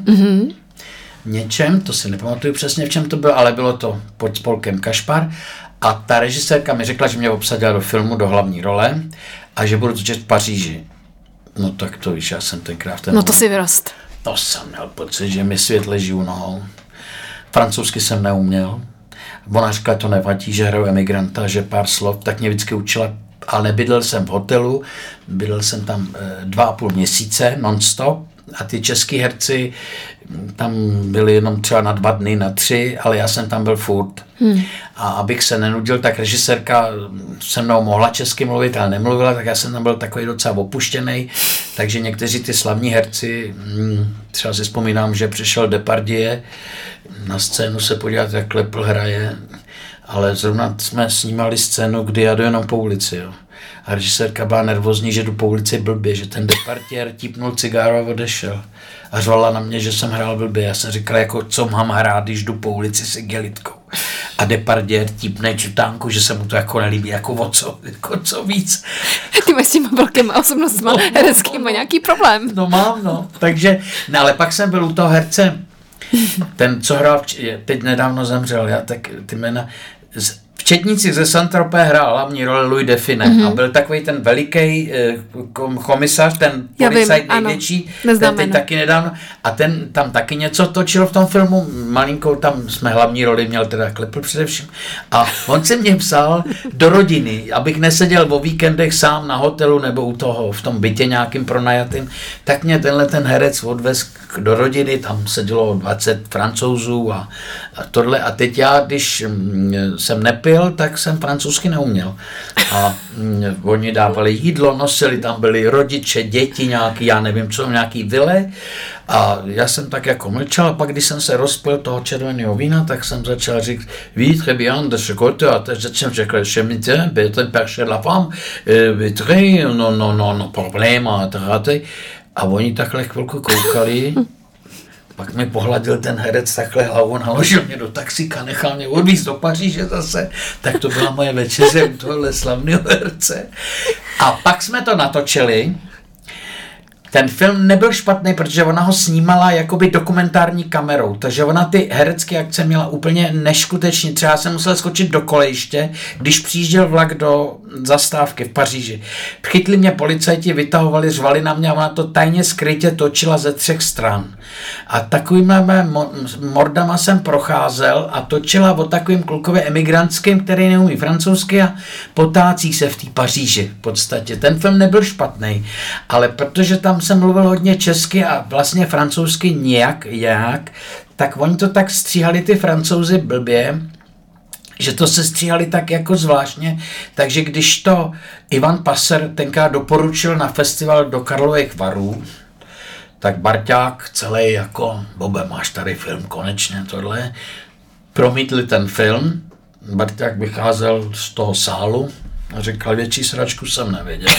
něčem, to si nepamatuju přesně v čem to bylo, ale bylo to pod spolkem Kašpar a ta režisérka mi řekla, že mě obsadila do filmu, do hlavní role a že budu točit v Paříži. No tak to víš, já jsem tenkrát ten to si vyrost. To jsem měl pocit, že mi svět leží u nohou. Francouzsky jsem neuměl. Ona říkala, to nevadí, že hraju emigranta, že pár slov, tak mě vždycky učila ale nebydlel jsem v hotelu, bydlel jsem tam 2,5 měsíce non-stop a ty český herci tam byli jenom třeba na 2 dny, na 3, ale já jsem tam byl furt. A abych se nenudil, tak režisérka se mnou mohla česky mluvit, ale nemluvila, tak já jsem tam byl takový docela opuštěnej, takže někteří ty slavní herci, třeba si vzpomínám, že přišel Depardieu na scénu se podívat, jak Klepl hraje, ale zrovna jsme snímali scénu, kdy já jdu jenom po ulici, jo. A režisérka byla nervózní, že jdu po ulici blbě, že ten Depardieu típnul cigáro a odešel. A řvala na mě, že jsem hrál blbě. Já jsem říkal, jako co mám hrát, když jdu po ulici s igelitkou. A Depardieu típne čutánku, že se mu to jako nelíbí, jako co víc. Ty máš s těma velkýma osobnostma hereckýma nějaký problém. No mám, no. Takže, no ale pak jsem byl u toho herce, ten, co hrál, teď nedávno zemřel, já tak ty jména, v Četnicích ze Saint-Tropez hrál hlavní roli Louis Define a byl takový ten veliký komisař, ten policajt největší, ten teď taky nedávno, a ten tam taky něco točil v tom filmu, malinkou tam jsme hlavní roli měl teda Klepl především, a on se mě psal do rodiny, abych neseděl o víkendech sám na hotelu nebo u toho, v tom bytě nějakým pronajatým, tak mě ten herec odvez do rodiny, tam sedělo 20 Francouzů a tohle, a teď já, když jsem nepil, tak jsem francouzsky neuměl. A oni dávali jídlo, nosili, tam byli rodiče, děti nějaký, já nevím co, nějaký vile. A já jsem tak jako mlčel, a pak když jsem se rozpil toho červeného vína, tak jsem začal říct, oui, très bien, de ce côté, a teď jsem řekl, je mi tiens, peut-être percher la femme, très, no, problém, a a oni takhle chvilku koukali. Pak mi pohladil ten herec takhle hlavou, naložil mě do taxíka, nechal mě odvízt do Paříže zase. Tak to byla moje večeře u tohohle slavného herce. A pak jsme to natočili. Ten film nebyl špatný, protože ona ho snímala jakoby dokumentární kamerou, takže ona ty herecké akce měla úplně neskutečně. Třeba jsem musel skočit do kolejiště, když přijížděl vlak do zastávky v Paříži. Chytli mě policajti, vytahovali, řvali na mě a ona to tajně skrytě točila ze 3 stran. A takovými mordama jsem procházel a točila o takovým klukově emigrantským, který neumí francouzsky a potácí se v té Paříži v podstatě. Ten film nebyl špatný, ale protože tam jsem mluvil hodně česky a vlastně francouzsky nějak, tak oni to tak stříhali ty Francouzi blbě, že to se stříhali tak jako zvláštně, takže když to Ivan Passer tenkrát doporučil na festival do Karlových Varů, tak Barťák celý jako, Bobe, máš tady film, konečně tohle, promítli ten film, Barťák vycházel z toho sálu a říkal, větší sračku jsem nevěděl.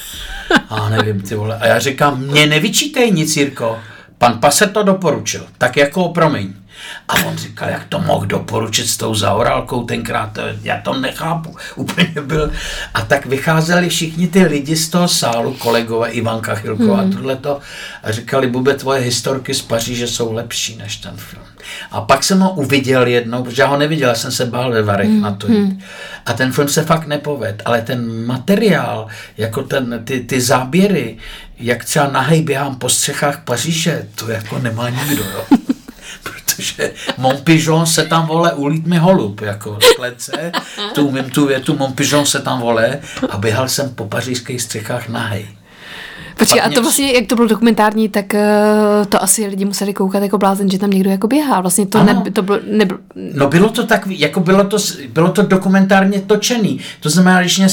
A nevím, ty vole. A já říkám, mě nevyčítej nic, Jirko. Pan Passer to doporučil, tak jako promiň. A on říkal, jak to mohl doporučit s tou Zaorálkou tenkrát, já to nechápu, úplně byl. A tak vycházeli všichni ty lidi z toho sálu, kolegové Ivanka Chilková, tohleto, a říkali, Bube, tvoje historky z Paříže jsou lepší než ten film. A pak jsem ho uviděl jednou, protože já ho neviděl, já jsem se bál ve Varech na to jít. A ten film se fakt nepovedl, ale ten materiál, jako ty záběry, jak třeba nahej běhám po střechách Paříže, to jako nemá nikdo, jo. Protože Mon pigeon se tam vole, ulít mi holub, jako z klece, tu umím tu větu, Mon pigeon se tam vole, a běhal jsem po pařížských střechách nahej. Počkej, a to vlastně, jak to bylo dokumentární, tak to asi lidi museli koukat jako blázen, že tam někdo jako běhá. Vlastně to nebylo... No bylo to tak, jako bylo to dokumentárně točený. To znamená, když mě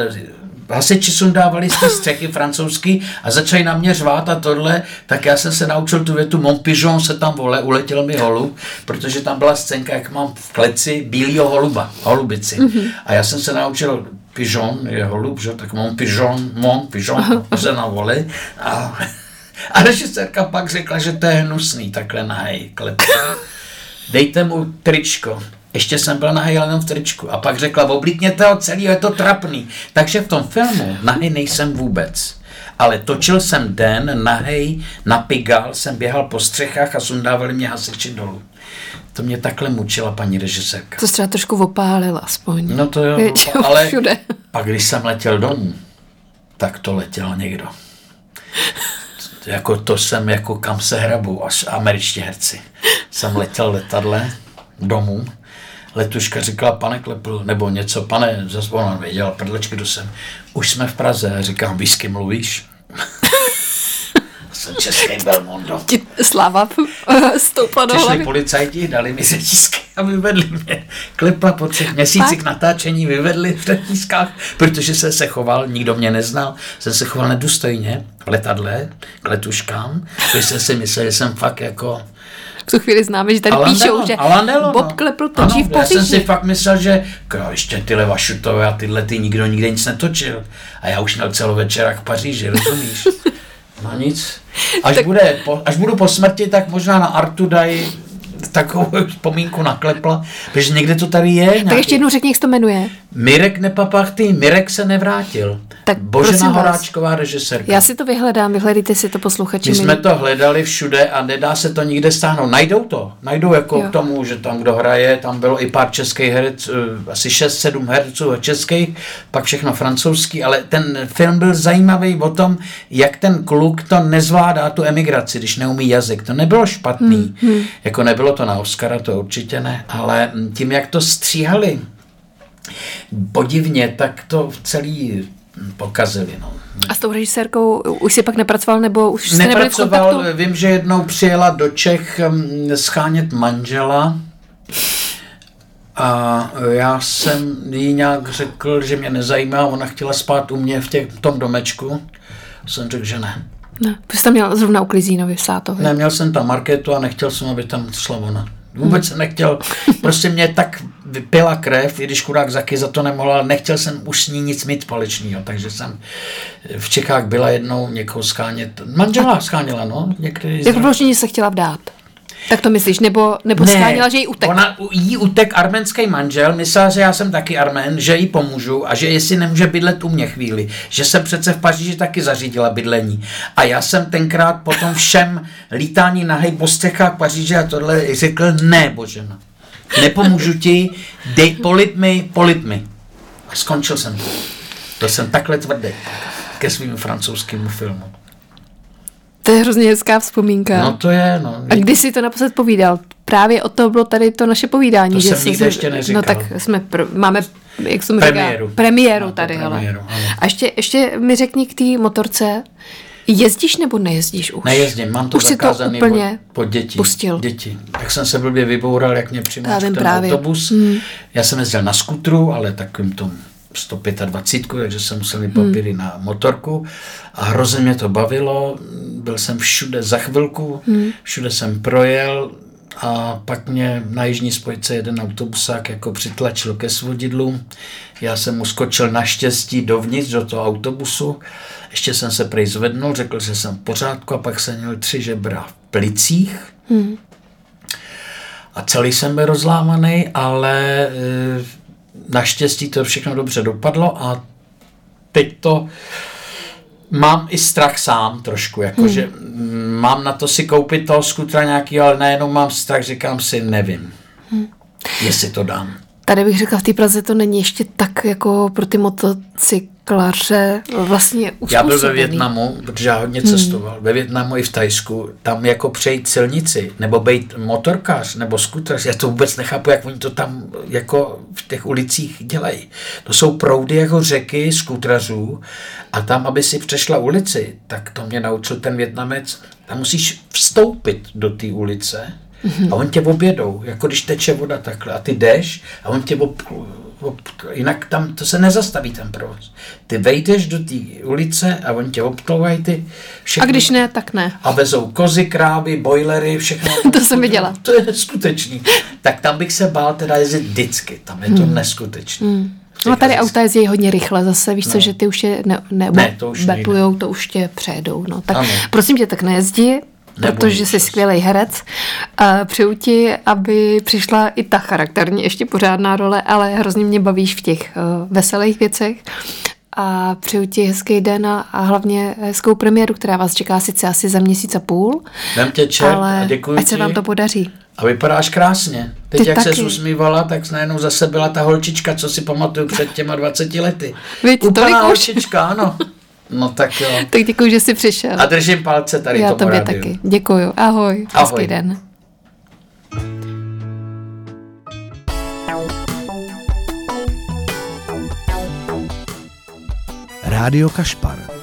hasiči sundávali z té střechy francouzsky a začali na mě řvát a tohle, tak já jsem se naučil tu větu Mon pigeon se tam vole, uletěl mi holub, protože tam byla scénka, jak mám v kleci bílýho holubici. A já jsem se naučil pigeon je holub, že? Tak Mon pigeon se na vole. A režisérka pak řekla, že to je hnusný, takhle nahej, klep. Dejte mu tričko. Ještě jsem byl nahej jenom v tričku. A pak řekla, oblíkněte ho celý, je to trapný. Takže v tom filmu nahej nejsem vůbec. Ale točil jsem den, nahej, na Pigalle, jsem běhal po střechách a sundávali mě hasiči dolů. To mě takhle mučila paní režisérka. To třeba trošku opálila aspoň. No to jo, ale všude. Pak když jsem letěl domů, tak to letěl někdo. Jako to jsem, jako kam se hrabu, až američtí herci. Jsem letěl letadle domů Letuška říkala, pane Klepl, nebo něco, pane, zase ona věděla, prdlečky, kdo jsem. Už jsme v Praze, a říkám, víš, s kým mluvíš? Jsem český Belmondo. Sláva stoupla do hlavy. Přišli policajti, dali mi řetízky a vyvedli mě. Klepla po 3 měsících k natáčení vyvedli v řetízkách, protože jsem se choval, nikdo mě neznal, jsem se choval nedůstojně v letadle k letuškám, protože jsem si myslel, že jsem fakt jako... V tu chvíli známe, že tady píšou, že Bob Klepl točí v Paříži. Já jsem si fakt myslel, že ještě ty Leva Šutové a tyhle ty nikdo nikde nic netočil. A já už měl celovečerák v Paříži, rozumíš? No nic. Až budu po smrti, tak možná na Artu dají takovou vzpomínku na Klepla, protože někde to tady je. Tak ještě jednou řekni, jak se to jmenuje. Mirek Nepapachty, Mirek se nevrátil. Tak Božena Horáčková, režisérka. Já si to vyhledám, vyhledejte si to, posluchači. My jsme to hledali všude a nedá se to nikde stáhnout. Najdou jako k tomu, že tam kdo hraje, tam bylo i pár českých herců, asi 6-7 herců českých, pak všechno francouzský, ale ten film byl zajímavý o tom, jak ten kluk to nezvládá, tu emigraci, když neumí jazyk. To nebylo špatný, jako nebylo to na Oscara, to určitě ne, ale tím, jak to stříhali podivně, tak to celý pokazili. No. A s tou režisérkou už si pak nepracoval, nebo už jste nebyli v kontaktu? Vím, že jednou přijela do Čech schánět manžela a já jsem jí nějak řekl, že mě nezajímá, ona chtěla spát u mě v tom domečku. Jsem řekl, že ne. Ne, protože tam měl zrovna u Klizínovi v Sátově. Ne, měl jsem tam Markétu a nechtěl jsem, aby tam šla ona. Vůbec jsem nechtěl, prostě mě tak vypila krev, i když chudák Zaky za to nemohla, ale nechtěl jsem už s ní nic mít společného, takže jsem v Čechách byla jednou někoho schánět, manžela scháněla, no. Jak vložení se chtěla vdát? Tak to myslíš, nebo scháněla, že jí utek? Jí utek arménský manžel, myslela, že já jsem taky Armén, že jí pomůžu a že jestli nemůže bydlet u mě chvíli, že jsem přece v Paříži taky zařídila bydlení. A já jsem tenkrát potom všem lítání nahej po střechách Paříže a tohle řekl, ne, Božena, nepomůžu ti, polip mi. A skončil jsem to. To jsem takhle tvrdý ke svým francouzskému filmu. To je hrozně hezká vzpomínka. No to je, no. A kdy jsi to naposled pověděl? Právě o to bylo tady to naše povídání. To že jsem nikde ještě neříkal. No tak máme, jak jsem říkal, premiéru tady. Premiéru, a ještě mi řekni k té motorce, jezdíš nebo nejezdíš už? Nejezdím, mám to už zakázaný úplně pod děti. Pustil. Děti. Tak jsem se blbě vyboural, jak mě přimáš ten autobus. Já jsem jezdil na skutru, ale takovým tom 125, takže jsem musel mít papíry na motorku a hrozně mě to bavilo, byl jsem všude za chvilku, všude jsem projel a pak mě na jižní spojce jeden autobusák jako přitlačil ke svodidlu, já jsem mu skočil naštěstí dovnitř do toho autobusu, ještě jsem se prej zvednul, řekl, že jsem v pořádku a pak jsem měl 3 žebra v plicích a celý jsem byl rozlámaný, ale naštěstí to všechno dobře dopadlo a teď to mám i strach sám trošku, jakože mám na to si koupit toho skutra nějaký, ale najednou mám strach, říkám si, nevím, jestli to dám. Tady bych řekla, v té Praze to není ještě tak jako pro ty motocyklaře vlastně uspůsobený. Já byl ve Vietnamu, protože já hodně cestoval, ve Vietnamu i v Thajsku, tam jako přejít silnici, nebo být motorkář, nebo skutrař, já to vůbec nechápu, jak oni to tam jako v těch ulicích dělají. To jsou proudy jako řeky skutrařů a tam, aby si přešla ulici, tak to mě naučil ten Vietnamec, tam musíš vstoupit do té ulice, a on tě objedou, jako když teče voda takhle a ty jdeš a on tě jinak tam to se nezastaví ten provoz. Ty vejdeš do té ulice a on tě obtlouvají ty všechno. A když ne, tak ne. A vezou kozy, krávy, bojlery, všechno. To jsem viděla. To je neskutečný. Tak tam bych se bál teda jezdit vždycky, tam je to neskutečný. No tady auta jezdí hodně rychle zase, víš co, že ty už je betujou, to už tě přejedou. No. Tak prosím tě, tak nejezdí, protože jsi skvělý herec. A přeju ti, aby přišla i ta charakterně ještě pořádná role, ale hrozně mě bavíš v těch veselých věcech. A přeju ti hezký den a hlavně hezkou premiéru, která vás čeká sice asi za 1,5 měsíce. Dám tě čert ale a děkuji ať se vám to podaří. A vypadáš krásně. Teď, ty jak taky. ses usmívala, tak najednou zase byla ta holčička, co si pamatuju před těma 20 lety. Úplná holčička, ano. No tak jo. Tak děkuji, že jsi přišel. A držím palce tady já tomu tobě rádiu. taky. Děkuju. Ahoj. Hezký den. Rádio Kašpar.